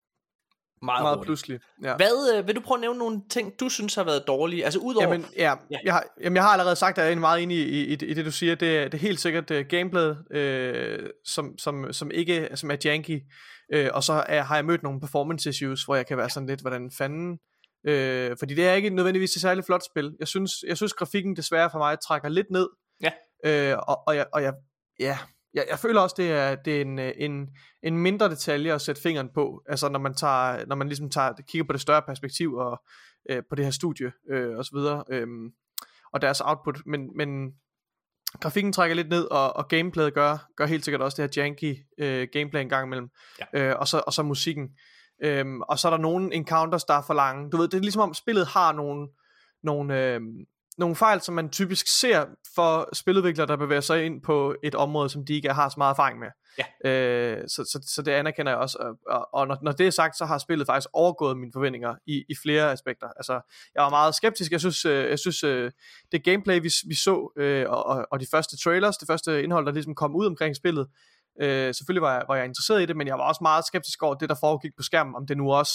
Meget, meget pludselig. Ja. Hvad, øh, vil du prøve at nævne nogle ting, du synes har været dårlige? Altså udover... Jamen, ja, ja. Jeg, har, jamen, jeg har allerede sagt, at jeg er meget enig i, i, i, i det, du siger. Det, det er helt sikkert uh, gameplayet, øh, som, som, som ikke som er janky. Øh, og så er, har jeg mødt nogle performance issues, hvor jeg kan være sådan lidt, hvordan fanden... Øh, fordi det er ikke nødvendigvis et særligt flot spil. Jeg synes, jeg synes grafikken desværre for mig trækker lidt ned. Ja. Øh, og, og jeg... Og jeg ja... Jeg, jeg føler også det er det er en en en mindre detalje at sætte fingeren på. Altså når man tager når man ligesom tager kigger på det større perspektiv og øh, på det her studie øh, og så videre øh, og deres output, men men grafikken trækker lidt ned, og, og gameplayet gør gør helt sikkert også det her janky øh, gameplay en gang imellem. Ja. Øh, og så og så musikken. Øh, og så er der nogle encounters der er for lange. Du ved, det er ligesom om spillet har nogle nogle øh, nogle fejl, som man typisk ser for spiludviklere, der bevæger sig ind på et område, som de ikke har så meget erfaring med. Ja. Øh, så, så, så det anerkender jeg også. Og, og, og når, når det er sagt, så har spillet faktisk overgået mine forventninger i, i flere aspekter. Altså, jeg var meget skeptisk. Jeg synes, øh, jeg synes øh, det gameplay, vi, vi så, øh, og, og de første trailers, det første indhold, der ligesom kom ud omkring spillet, øh, selvfølgelig var jeg, var jeg interesseret i det, men jeg var også meget skeptisk over det, der foregik på skærmen, om det nu også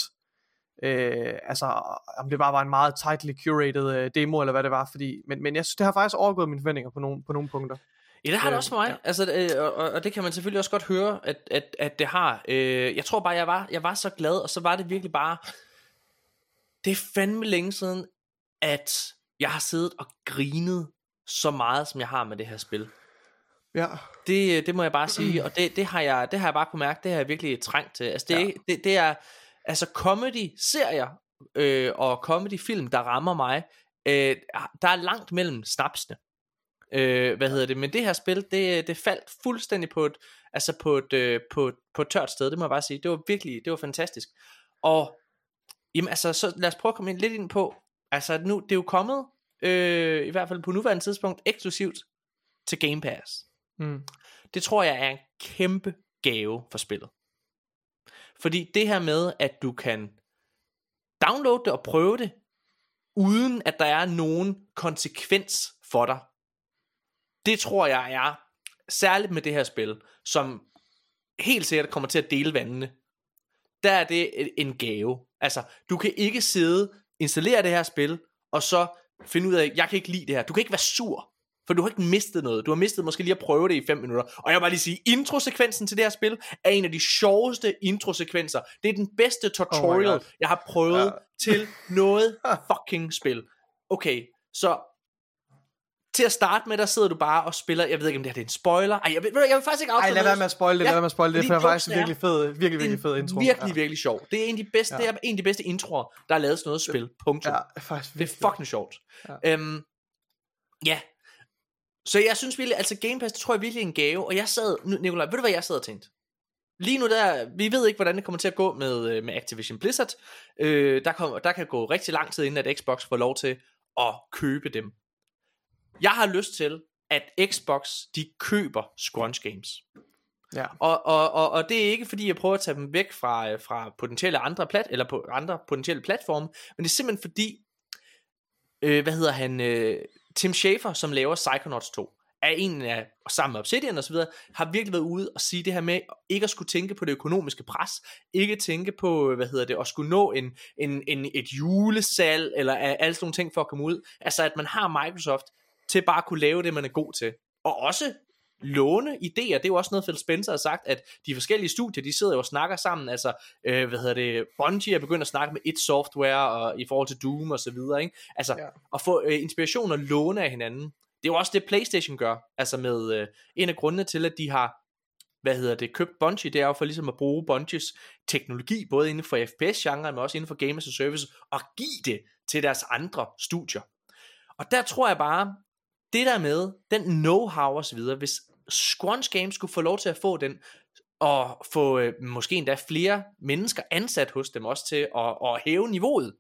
Øh, altså om det bare var en meget tightly curated øh, demo eller hvad det var, fordi, men, men jeg synes det har faktisk overgået mine forventninger på nogle, på nogle punkter. Ja, det har det også for mig. Ja. Altså, øh, og, og det kan man selvfølgelig også godt høre, at, at, at det har. Øh, jeg tror bare jeg var, jeg var så glad, og så var det virkelig bare, det er fandme længe siden, at jeg har siddet og grinet så meget, som jeg har med det her spil. Ja. Det, det må jeg bare sige, og det, det har jeg, det har jeg bare kunne mærke, det har jeg virkelig trængt til. Altså det, ja. det, det er altså comedy-serier øh, og comedy-film, der rammer mig, øh, der er langt mellem snapsene. Øh, hvad hedder det? Men det her spil, det, det faldt fuldstændig på et, altså på et, øh, på, et, på et tørt sted, det må jeg bare sige. Det var virkelig, det var fantastisk. Og jamen, altså, så lad os prøve at komme ind lidt ind på, altså nu, det er jo kommet, øh, i hvert fald på nuværende tidspunkt, eksklusivt til Game Pass. Mm. Det tror jeg er en kæmpe gave for spillet. Fordi det her med, at du kan downloade det og prøve det, uden at der er nogen konsekvens for dig, det tror jeg er, særligt med det her spil, som helt sikkert kommer til at dele vandene, der er det en gave. Altså, du kan ikke sidde, installere det her spil, og så finde ud af, jeg kan ikke lide det her. Du kan ikke være sur. For du har ikke mistet noget. Du har mistet måske lige at prøve det i fem minutter. Og jeg vil bare lige sige, introsekvensen til det her spil er en af de sjoveste introsekvenser. Det er den bedste tutorial, oh jeg har prøvet ja. til noget fucking spil. Okay, så til at starte med, der sidder du bare og spiller. Jeg ved ikke, om det her det er en spoiler. Ej, jeg vil, jeg vil faktisk ikke afsløre. Ej, lad være med at spoile det. Ja, lad være med at spoile det, for det er faktisk en virkelig fed, virkelig, virkelig fed intro. Virkelig, ja. virkelig sjov. Det er en af de bedste, ja. det er en af de bedste introer, der er lavet sådan noget spil. Punktum. Ja, faktisk det er fucking sjovt. Ja. Øhm, ja. Så jeg synes virkelig, altså Game Pass, det tror jeg virkelig er en gave. Og jeg sad, Nikolaj, ved du hvad jeg sad og tænkte? Lige nu der, vi ved ikke, hvordan det kommer til at gå med, med Activision Blizzard. Øh, der, kommer, der kan gå rigtig lang tid, inden at Xbox får lov til at købe dem. Jeg har lyst til, at Xbox, de køber Scrunch Games. Ja. Og, og, og, og det er ikke fordi, jeg prøver at tage dem væk fra, fra potentielle andre plat, eller på andre potentielle platforme, men det er simpelthen fordi, øh, hvad hedder han, øh, Tim Schafer, som laver Psychonauts to, er en af, sammen med Obsidian og så videre, har virkelig været ude og sige det her med, ikke at skulle tænke på det økonomiske pres, ikke tænke på, hvad hedder det, at skulle nå en, en, en, et julesalg, eller alle sådan nogle ting for at komme ud. Altså at man har Microsoft til bare at kunne lave det, man er god til. Og også låne idéer. Det er jo også noget, Phil Spencer har sagt, at de forskellige studier, de sidder jo og snakker sammen. Altså, øh, hvad hedder det, Bungie er begyndt at snakke med id Software, og i forhold til Doom og så videre, ikke? Altså, ja. at få øh, inspiration og låne af hinanden. Det er jo også det, PlayStation gør. Altså med øh, en af grundene til, at de har, hvad hedder det, købt Bungie, det er jo for ligesom at bruge Bungies teknologi, både inden for F P S-genre, men også inden for Game as a Service, og give det til deres andre studier. Og der tror jeg bare, det der med, den know-how og så videre, hvis Scrunch Games skulle få lov til at få den, og få øh, måske endda flere mennesker ansat hos dem også til at, at hæve niveauet.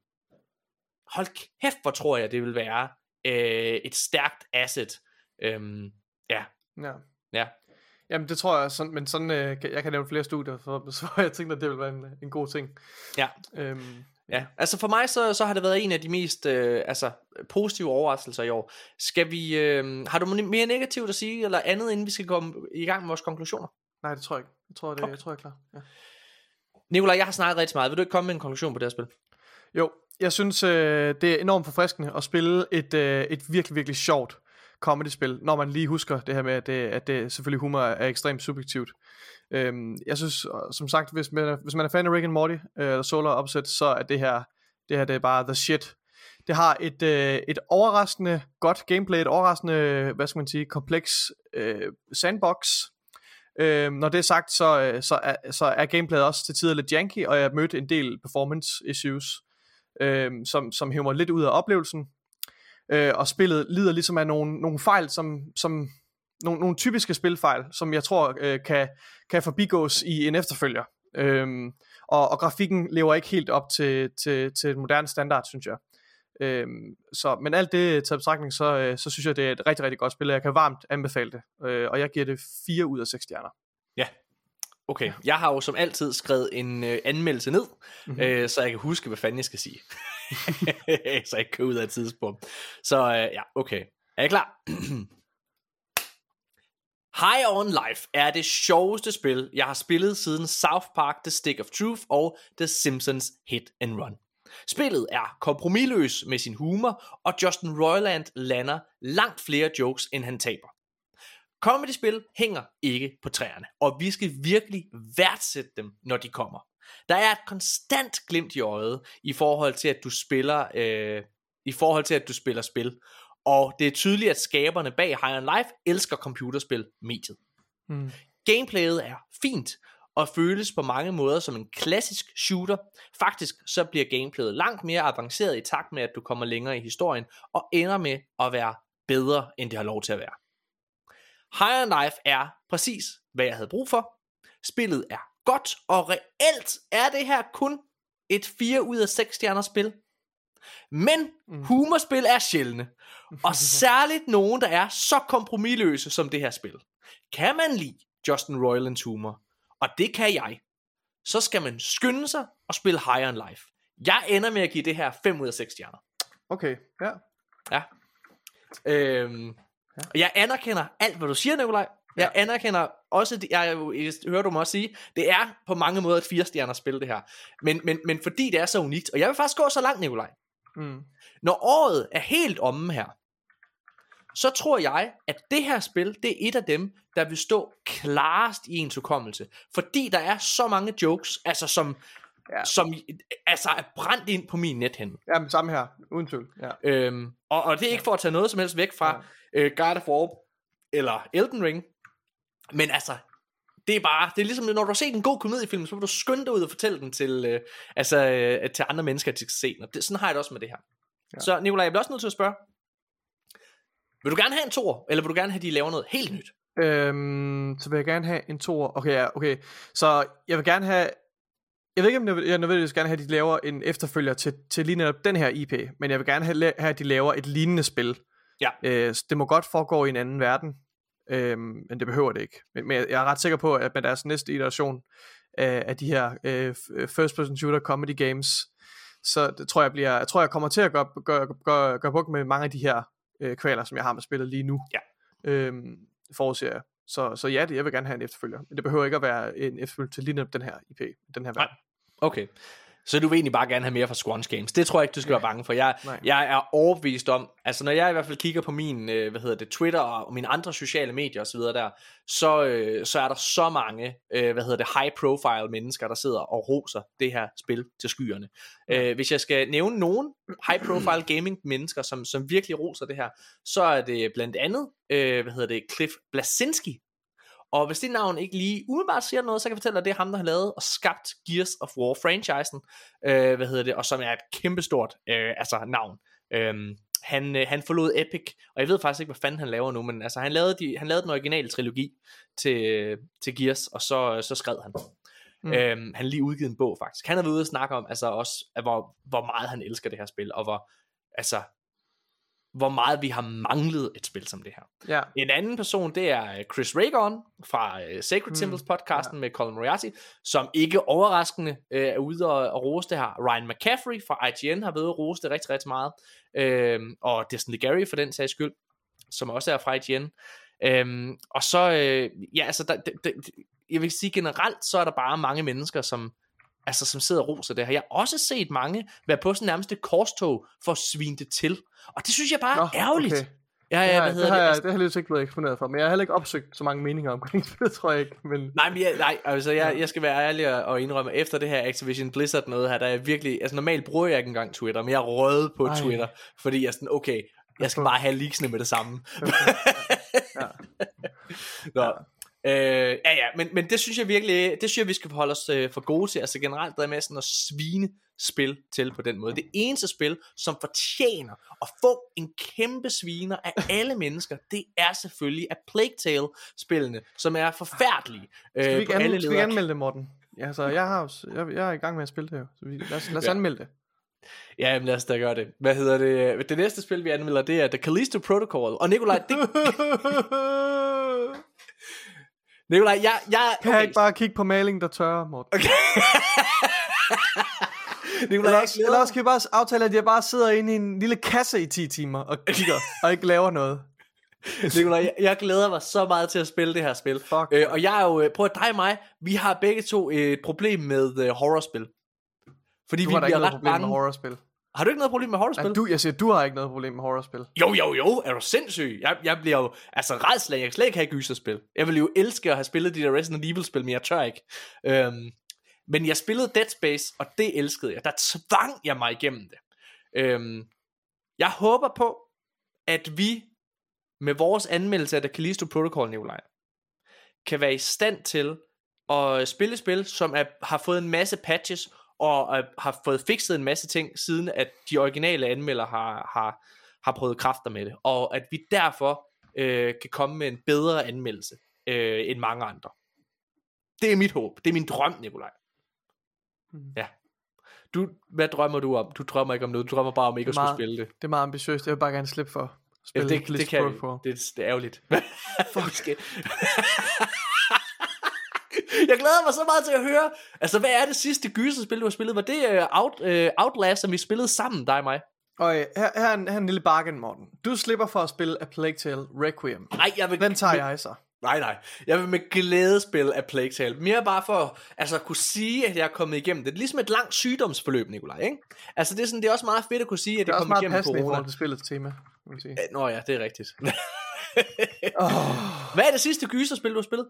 Hold kæft, hvor tror jeg, det vil være øh, et stærkt asset. Øhm, ja. ja. Ja. Jamen det tror jeg, sådan, men sådan, øh, jeg kan nævne flere studier, for, så jeg tænker, at det vil være en, en god ting. Ja. Øhm, Ja, altså for mig så, så har det været en af de mest øh, altså, positive overraskelser i år. Skal vi, øh, har du mere negativt at sige, eller andet, inden vi skal komme i gang med vores konklusioner? Nej, det tror jeg ikke. Jeg tror, det, okay. jeg, tror jeg er klar. Ja. Nikolaj, jeg har snakket rigtig meget. Vil du ikke komme med en konklusion på det her spil? Jo, jeg synes, øh, det er enormt forfriskende at spille et, øh, et virkelig, virkelig sjovt comedy-spil, når man lige husker det her med, at det, at det selvfølgelig humor er ekstremt subjektivt. Øhm, jeg synes, som sagt, hvis man er, hvis man er fan af Rick and Morty øh, eller Solar Opposite, så er det her, det her det er bare the shit. Det har et, øh, et overraskende godt gameplay, et overraskende, hvad skal man sige, kompleks øh, sandbox. Øh, når det er sagt, så, så, er, så er gameplayet også til tider lidt janky, og jeg har mødt en del performance issues, øh, som, som hæver mig lidt ud af oplevelsen. Øh, og spillet lider ligesom af nogle, nogle fejl, som... som Nogle, nogle typiske spilfejl, som jeg tror øh, kan, kan forbigås i en efterfølger. Øhm, og, og grafikken lever ikke helt op til, til, til et moderne standard, synes jeg. Øhm, så, men alt det til betragtning, så, øh, så synes jeg, det er et rigtig, rigtig godt spil, jeg kan varmt anbefale det. Øh, og jeg giver det fire ud af seks stjerner. Ja, okay. Jeg har jo som altid skrevet en øh, anmeldelse ned, mm-hmm. øh, så jeg kan huske, hvad fanden jeg skal sige. Så jeg ikke kan ud af et tidspunkt. Så øh, ja, okay. Er I klar? High on Life er det sjoveste spil, jeg har spillet siden South Park The Stick of Truth og The Simpsons Hit and Run. Spillet er kompromisløs med sin humor, og Justin Roiland lander langt flere jokes, end han taber. Comedy-spil hænger ikke på træerne, og vi skal virkelig værdsætte dem, når de kommer. Der er et konstant glimt i øjet i forhold til, at du spiller, øh, i forhold til, at du spiller spil. Og det er tydeligt, at skaberne bag High on Life elsker computerspil mediet. Mm. Gameplayet er fint og føles på mange måder som en klassisk shooter. Faktisk så bliver gameplayet langt mere avanceret i takt med, at du kommer længere i historien og ender med at være bedre, end det har lov til at være. High on Life er præcis, hvad jeg havde brug for. Spillet er godt, og reelt er det her kun et fire ud af seks stjerners spil. Men humorspil er sjældne, og særligt nogen, der er så kompromisløse som det her spil. Kan man lide Justin Roilands humor, og det kan jeg, så skal man skynde sig og spille High on Life. Jeg ender med at give det her fem ud af seks stjerner. Okay, ja. Ja. Øhm, ja. Jeg anerkender alt, hvad du siger, Nikolaj. Jeg ja. anerkender også, jeg, jeg, jeg hører du mig også sige, det er på mange måder et fire stjerners spil, det her. Men, men, men fordi det er så unikt, og jeg vil faktisk gå så langt, Nikolaj. Mm. Når året er helt omme her, så tror jeg, at det her spil, det er et af dem, der vil stå klarest i ens hukommelse. Fordi der er så mange jokes, altså som, ja. som altså er brændt ind på min nethænde. Jamen samme her, uden tvivl. Ja. Øhm, og, og det er ikke for at tage noget som helst væk fra ja. øh, God of War eller Elden Ring. Men altså, det er bare, det er ligesom, når du har set en god komediefilm, så vil du skynde dig ud og fortælle den til, øh, altså, øh, til andre mennesker, at de skal se den. Og det, sådan har jeg det også med det her. Ja. Så Nikolaj, jeg bliver også nødt til at spørge, vil du gerne have en toer, eller vil du gerne have, at de laver noget helt nyt? Øhm, så vil jeg gerne have en toer. Okay, ja, okay. Så jeg vil gerne have, jeg ved ikke, om jeg, vil, jeg nødvendigvis gerne have, at de laver en efterfølger til, til lige netop den her I P, men jeg vil gerne have, have at de laver et lignende spil. Ja. Øh, det må godt foregå i en anden verden. Øhm, men det behøver det ikke. Men, men jeg er ret sikker på, at med deres næste iteration af, af de her øh, first person shooter comedy games, så det tror jeg bliver, jeg tror jeg kommer til at gøre, gøre, gøre, gøre buk med mange af de her øh, kvaler, som jeg har med spillet lige nu. Ja. Øhm, forudser jeg. Så, så ja, det, jeg vil gerne have en efterfølger. Men det behøver ikke at være en efterfølger til lige den her I P, den her verden. Nej. Okay. Så du vil egentlig bare gerne have mere fra Squanch Games. Det tror jeg ikke, du skal være bange for. Jeg, jeg er overbevist om, altså når jeg i hvert fald kigger på min, øh, hvad hedder det, Twitter og mine andre sociale medier og så videre der, så, øh, så er der så mange, øh, hvad hedder det, high profile mennesker, der sidder og roser det her spil til skyerne. Øh, hvis jeg skal nævne nogen high profile gaming mennesker, som, som virkelig roser det her, så er det blandt andet, øh, hvad hedder det, Cliff Bleszinski. Og hvis det navn ikke lige umiddelbart siger noget, så kan jeg fortælle dig, at det er ham, der har lavet og skabt Gears of War-franchisen, øh, hvad hedder det, og som er et kæmpestort øh, altså, navn. Øh, han, øh, han forlod Epic, og jeg ved faktisk ikke, hvad fanden han laver nu, men altså, han, lavede de, han lavede den originale trilogi til, til Gears, og så, så skrev han. Mm. Øh, han har lige udgivet en bog, faktisk. Han har været ude og snakke om, altså også, hvor, hvor meget han elsker det her spil, og hvor, altså... hvor meget vi har manglet et spil som det her. Ja. En anden person, det er Chris Ragon fra uh, Sacred mm, Symbols podcasten ja. med Colin Moriarty, som ikke overraskende uh, er ude og, og rose det her. Ryan McCaffrey fra I G N har været ude og rose det rigtig, rigtig meget. Uh, og Destin Legary for den sags skyld, som også er fra I G N. Uh, og så, uh, ja, altså, der, der, jeg vil sige generelt, så er der bare mange mennesker, som altså som sidder og roser det her. Jeg har også set mange være på sådan nærmest et korstog for at svine det til. Og det synes jeg bare er Nå, ærgerligt. Okay. Ja, ja, det, har, hvad hedder det, har det? Jeg, det har jeg lidt ikke blevet eksponeret for, men jeg har heller ikke opsøgt så mange meninger omkring det, tror jeg ikke. Men... Nej, men jeg, nej, altså jeg, jeg skal være ærlig og indrømme, efter det her Activision Blizzard noget her, der er virkelig, altså normalt bruger jeg ikke engang Twitter, men jeg er røget på Ej. Twitter, fordi jeg er sådan, okay, jeg skal bare have leaksene med det samme. Okay. Ja. Nå. Ja. Øh, ja ja, men, men det synes jeg virkelig, det synes jeg vi skal forholde os øh, for gode til. Altså generelt der er med sådan at svine spil til på den måde. Det eneste spil som fortjener at få en kæmpe sviner af alle mennesker, det er selvfølgelig af Plague Tale spillene, som er forfærdelige. Øh, skal vi ikke, på an, alle skal vi ikke anmelde det, Morten? Ja, så jeg har jeg, jeg er i gang med at spille det her, så vi, lad os, lad os ja. anmelde det. Ja, jamen lad os da gøre det. Hvad hedder det? Det næste spil vi anmelder, det er The Callisto Protocol. Og Nikolaj, det Nikolaj, jeg, jeg kan okay. jeg ikke bare kigge på malingen, der tørrer, Morten? Okay. Nikolaj, eller, også, eller også kan vi bare aftale, at jeg bare sidder inde i en lille kasse i ti timer og kigger og ikke laver noget. Nikolaj, jeg, jeg glæder mig så meget til at spille det her spil. Fuck. Øh, og jeg er jo, prøv at dig og mig, vi har begge to et problem med uh, horrorspil. Fordi du vi har da bliver ikke ret noget problem mange... med horrorspil. Har du ikke noget problem med horrorspil? Ja, du, jeg siger, du har ikke noget problem med horrorspil. Jo, jo, jo, er du sindssyg? Jeg, jeg bliver jo, altså rædsel, jeg kan slet ikke have gyserspil. Jeg vil jo elske at have spillet de der Resident Evil-spil, men jeg tør ikke. Øhm, men jeg spillede Dead Space, og det elskede jeg. Der tvang jeg mig igennem det. Øhm, jeg håber på, at vi med vores anmeldelse af The Callisto Protocol, Nikolaj, kan være i stand til at spille spil, som er, har fået en masse patches, og øh, har fået fikset en masse ting, siden at de originale anmeldere har, har, har prøvet kræfter med det, og at vi derfor øh, kan komme med en bedre anmeldelse øh, end mange andre. Det er mit håb, det er min drøm, Nikolaj. Mm. Ja. Du, hvad drømmer du om? Du drømmer ikke om noget, du drømmer bare om ikke at skulle spille det. Det er meget ambitiøst, jeg vil bare gerne slippe for at spille ja, det, det, det kan vi, det, det er ærgerligt. Fuck. Jeg glæder mig så meget til at høre. Altså, hvad er det sidste gyserspil, du har spillet? Var det uh, Out, uh, Outlast, som vi spillede sammen, dig og mig? Og her, her, er en, her er en lille bargain, Morten. Du slipper for at spille A Plague Tale Requiem. Nej, jeg vil... Den tager jeg så. Nej, nej. Jeg vil med glæde spille A Plague Tale. Mere bare for altså, at kunne sige, at jeg er kommet igennem det. Det er ligesom et langt sygdomsforløb, Nikolaj, ikke? Altså, det er, sådan, det er også meget fedt at kunne sige, at det, det er kommet igennem corona. Det er også meget passende i forhold til spillets tema, vil man sige. Nå ja, det er rigtigt. oh. Hvad er det sidste gyserspil, du har spillet?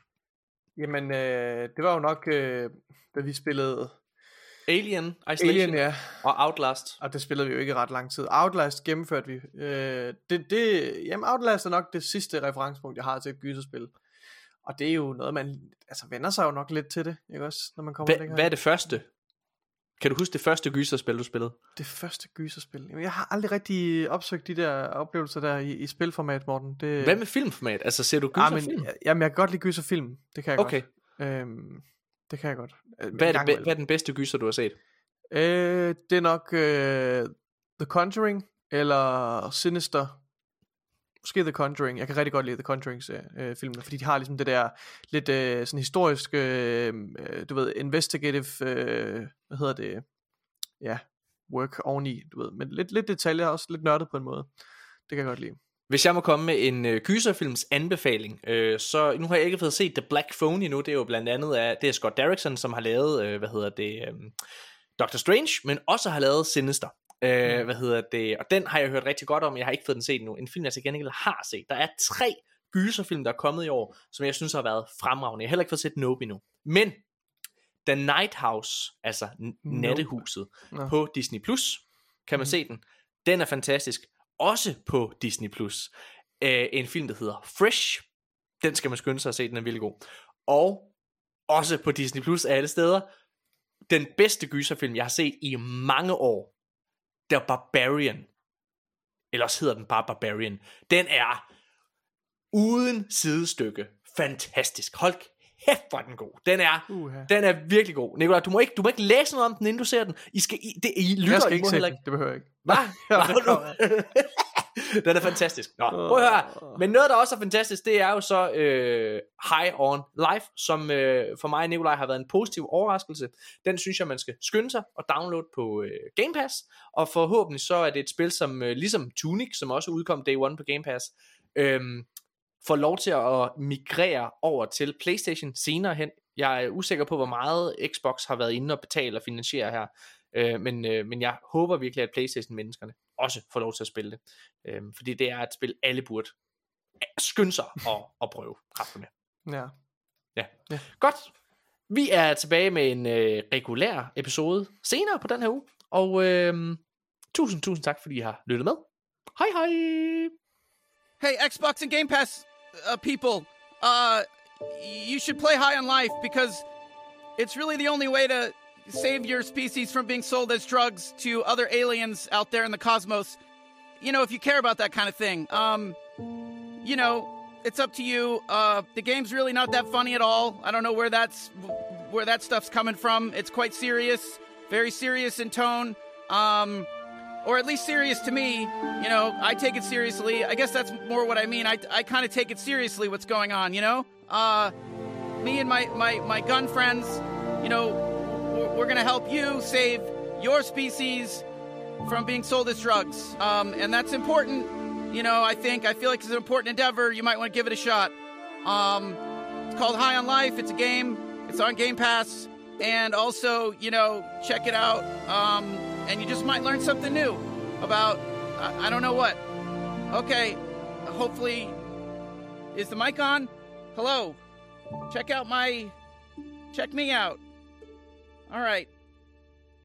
Jamen, øh, det var jo nok, øh, da vi spillede... Alien, Isolation Alien, ja. Og Outlast. Og det spillede vi jo ikke i ret lang tid. Outlast gennemførte vi. Øh, det, det, jamen, Outlast er nok det sidste referencepunkt, jeg har til et gyserspil. Og det er jo noget, man altså, vender sig jo nok lidt til det, ikke også? Når man kommer Hva, hvad er det første? Kan du huske det første gyserspil, du spillede? Det første gyserspil? Jamen, jeg har aldrig rigtig opsøgt de der oplevelser der i, i spilformat, Morten. Det... Hvad med filmformat? Altså, ser du gyserfilm? Ah, jamen, jeg kan godt lide gyserfilm. Det kan jeg okay. godt. Øhm, det kan jeg godt. Hvad er, det, hvad er den bedste gyser, du har set? Øh, det er nok øh, The Conjuring eller Sinister. Måske The Conjuring. Jeg kan rigtig godt lide The Conjurings øh, filmene, fordi de har ligesom det der lidt øh, sådan historisk, øh, du ved, investigative, øh, hvad hedder det, ja, work oveni, du ved, men lidt, lidt detaljer, også lidt nørdet på en måde. Det kan jeg godt lide. Hvis jeg må komme med en øh, gyserfilms anbefaling, øh, så nu har jeg ikke fået set The Black Phone endnu. Det er jo blandt andet af, det er Scott Derrickson, som har lavet, øh, hvad hedder det, øh, Doctor Strange, men også har lavet Sinister. Øh, hvad hedder det? Og den har jeg hørt rigtig godt om. Jeg har ikke fået den set endnu. En film jeg til gengæld har set. Der er tre gyserfilm der er kommet i år, som jeg synes har været fremragende. Jeg har heller ikke fået set Nope endnu. Men The Night House, altså n- nope. Nattehuset no. på Disney Plus, kan man mm. se den. Den er fantastisk. Også på Disney Plus. øh, En film der hedder Fresh. Den skal man skynde sig at se. Den er virkelig god. Og også på Disney Plus alle steder, den bedste gyserfilm jeg har set i mange år, det er Barbarian. Eller også hedder den bare Barbarian. Den er uden sidestykke fantastisk. Hold kæft, hvor er den god. Den er, uh-huh. den er virkelig god. Nikolaj, du må ikke, du må ikke læse noget om den, inden du ser den. I skal, I, det, I lytter, jeg skal I ikke se den. Det behøver jeg ikke. Hvad? Den er fantastisk. Nå, prøv at høre. Men noget der også er fantastisk, det er jo så øh, High on Life, som øh, for mig og Nikolaj har været en positiv overraskelse. Den synes jeg man skal skynde sig og downloade på øh, Game Pass. Og forhåbentlig så er det et spil som øh, ligesom Tunic, som også udkom day one på Game Pass, øh, får lov til at migrere over til PlayStation senere hen. Jeg er usikker på hvor meget Xbox har været inde og betale og finansiere her. Øh, men, øh, men jeg håber virkelig at PlayStation menneskerne også får lov til at spille det, øh, fordi det er et spil alle burde skynde sig og, og prøve kræfter med. Ja. Ja. Ja. Godt. Vi er tilbage med en øh, regulær episode senere på den her uge, og øh, tusind tusind tak fordi I har lyttet med. Hej hej. Hey Xbox and Game Pass uh, people, uh, you should play High on Life because it's really the only way to save your species from being sold as drugs to other aliens out there in the cosmos. You know, if you care about that kind of thing. Um, you know, it's up to you. Uh, the game's really not that funny at all. I don't know where that's where that stuff's coming from. It's quite serious, very serious in tone. Um, or at least serious to me. You know, I take it seriously. I guess that's more what I mean. I, I kind of take it seriously what's going on, you know? Uh, me and my, my, my gun friends, you know, we're going to help you save your species from being sold as drugs. Um, and that's important. You know, I think, I feel like it's an important endeavor. You might want to give it a shot. Um, it's called High on Life. It's a game. It's on Game Pass. And also, you know, check it out. Um, and you just might learn something new about, I, I don't know what. Okay. Hopefully, is the mic on? Hello. Check out my, check me out. All right.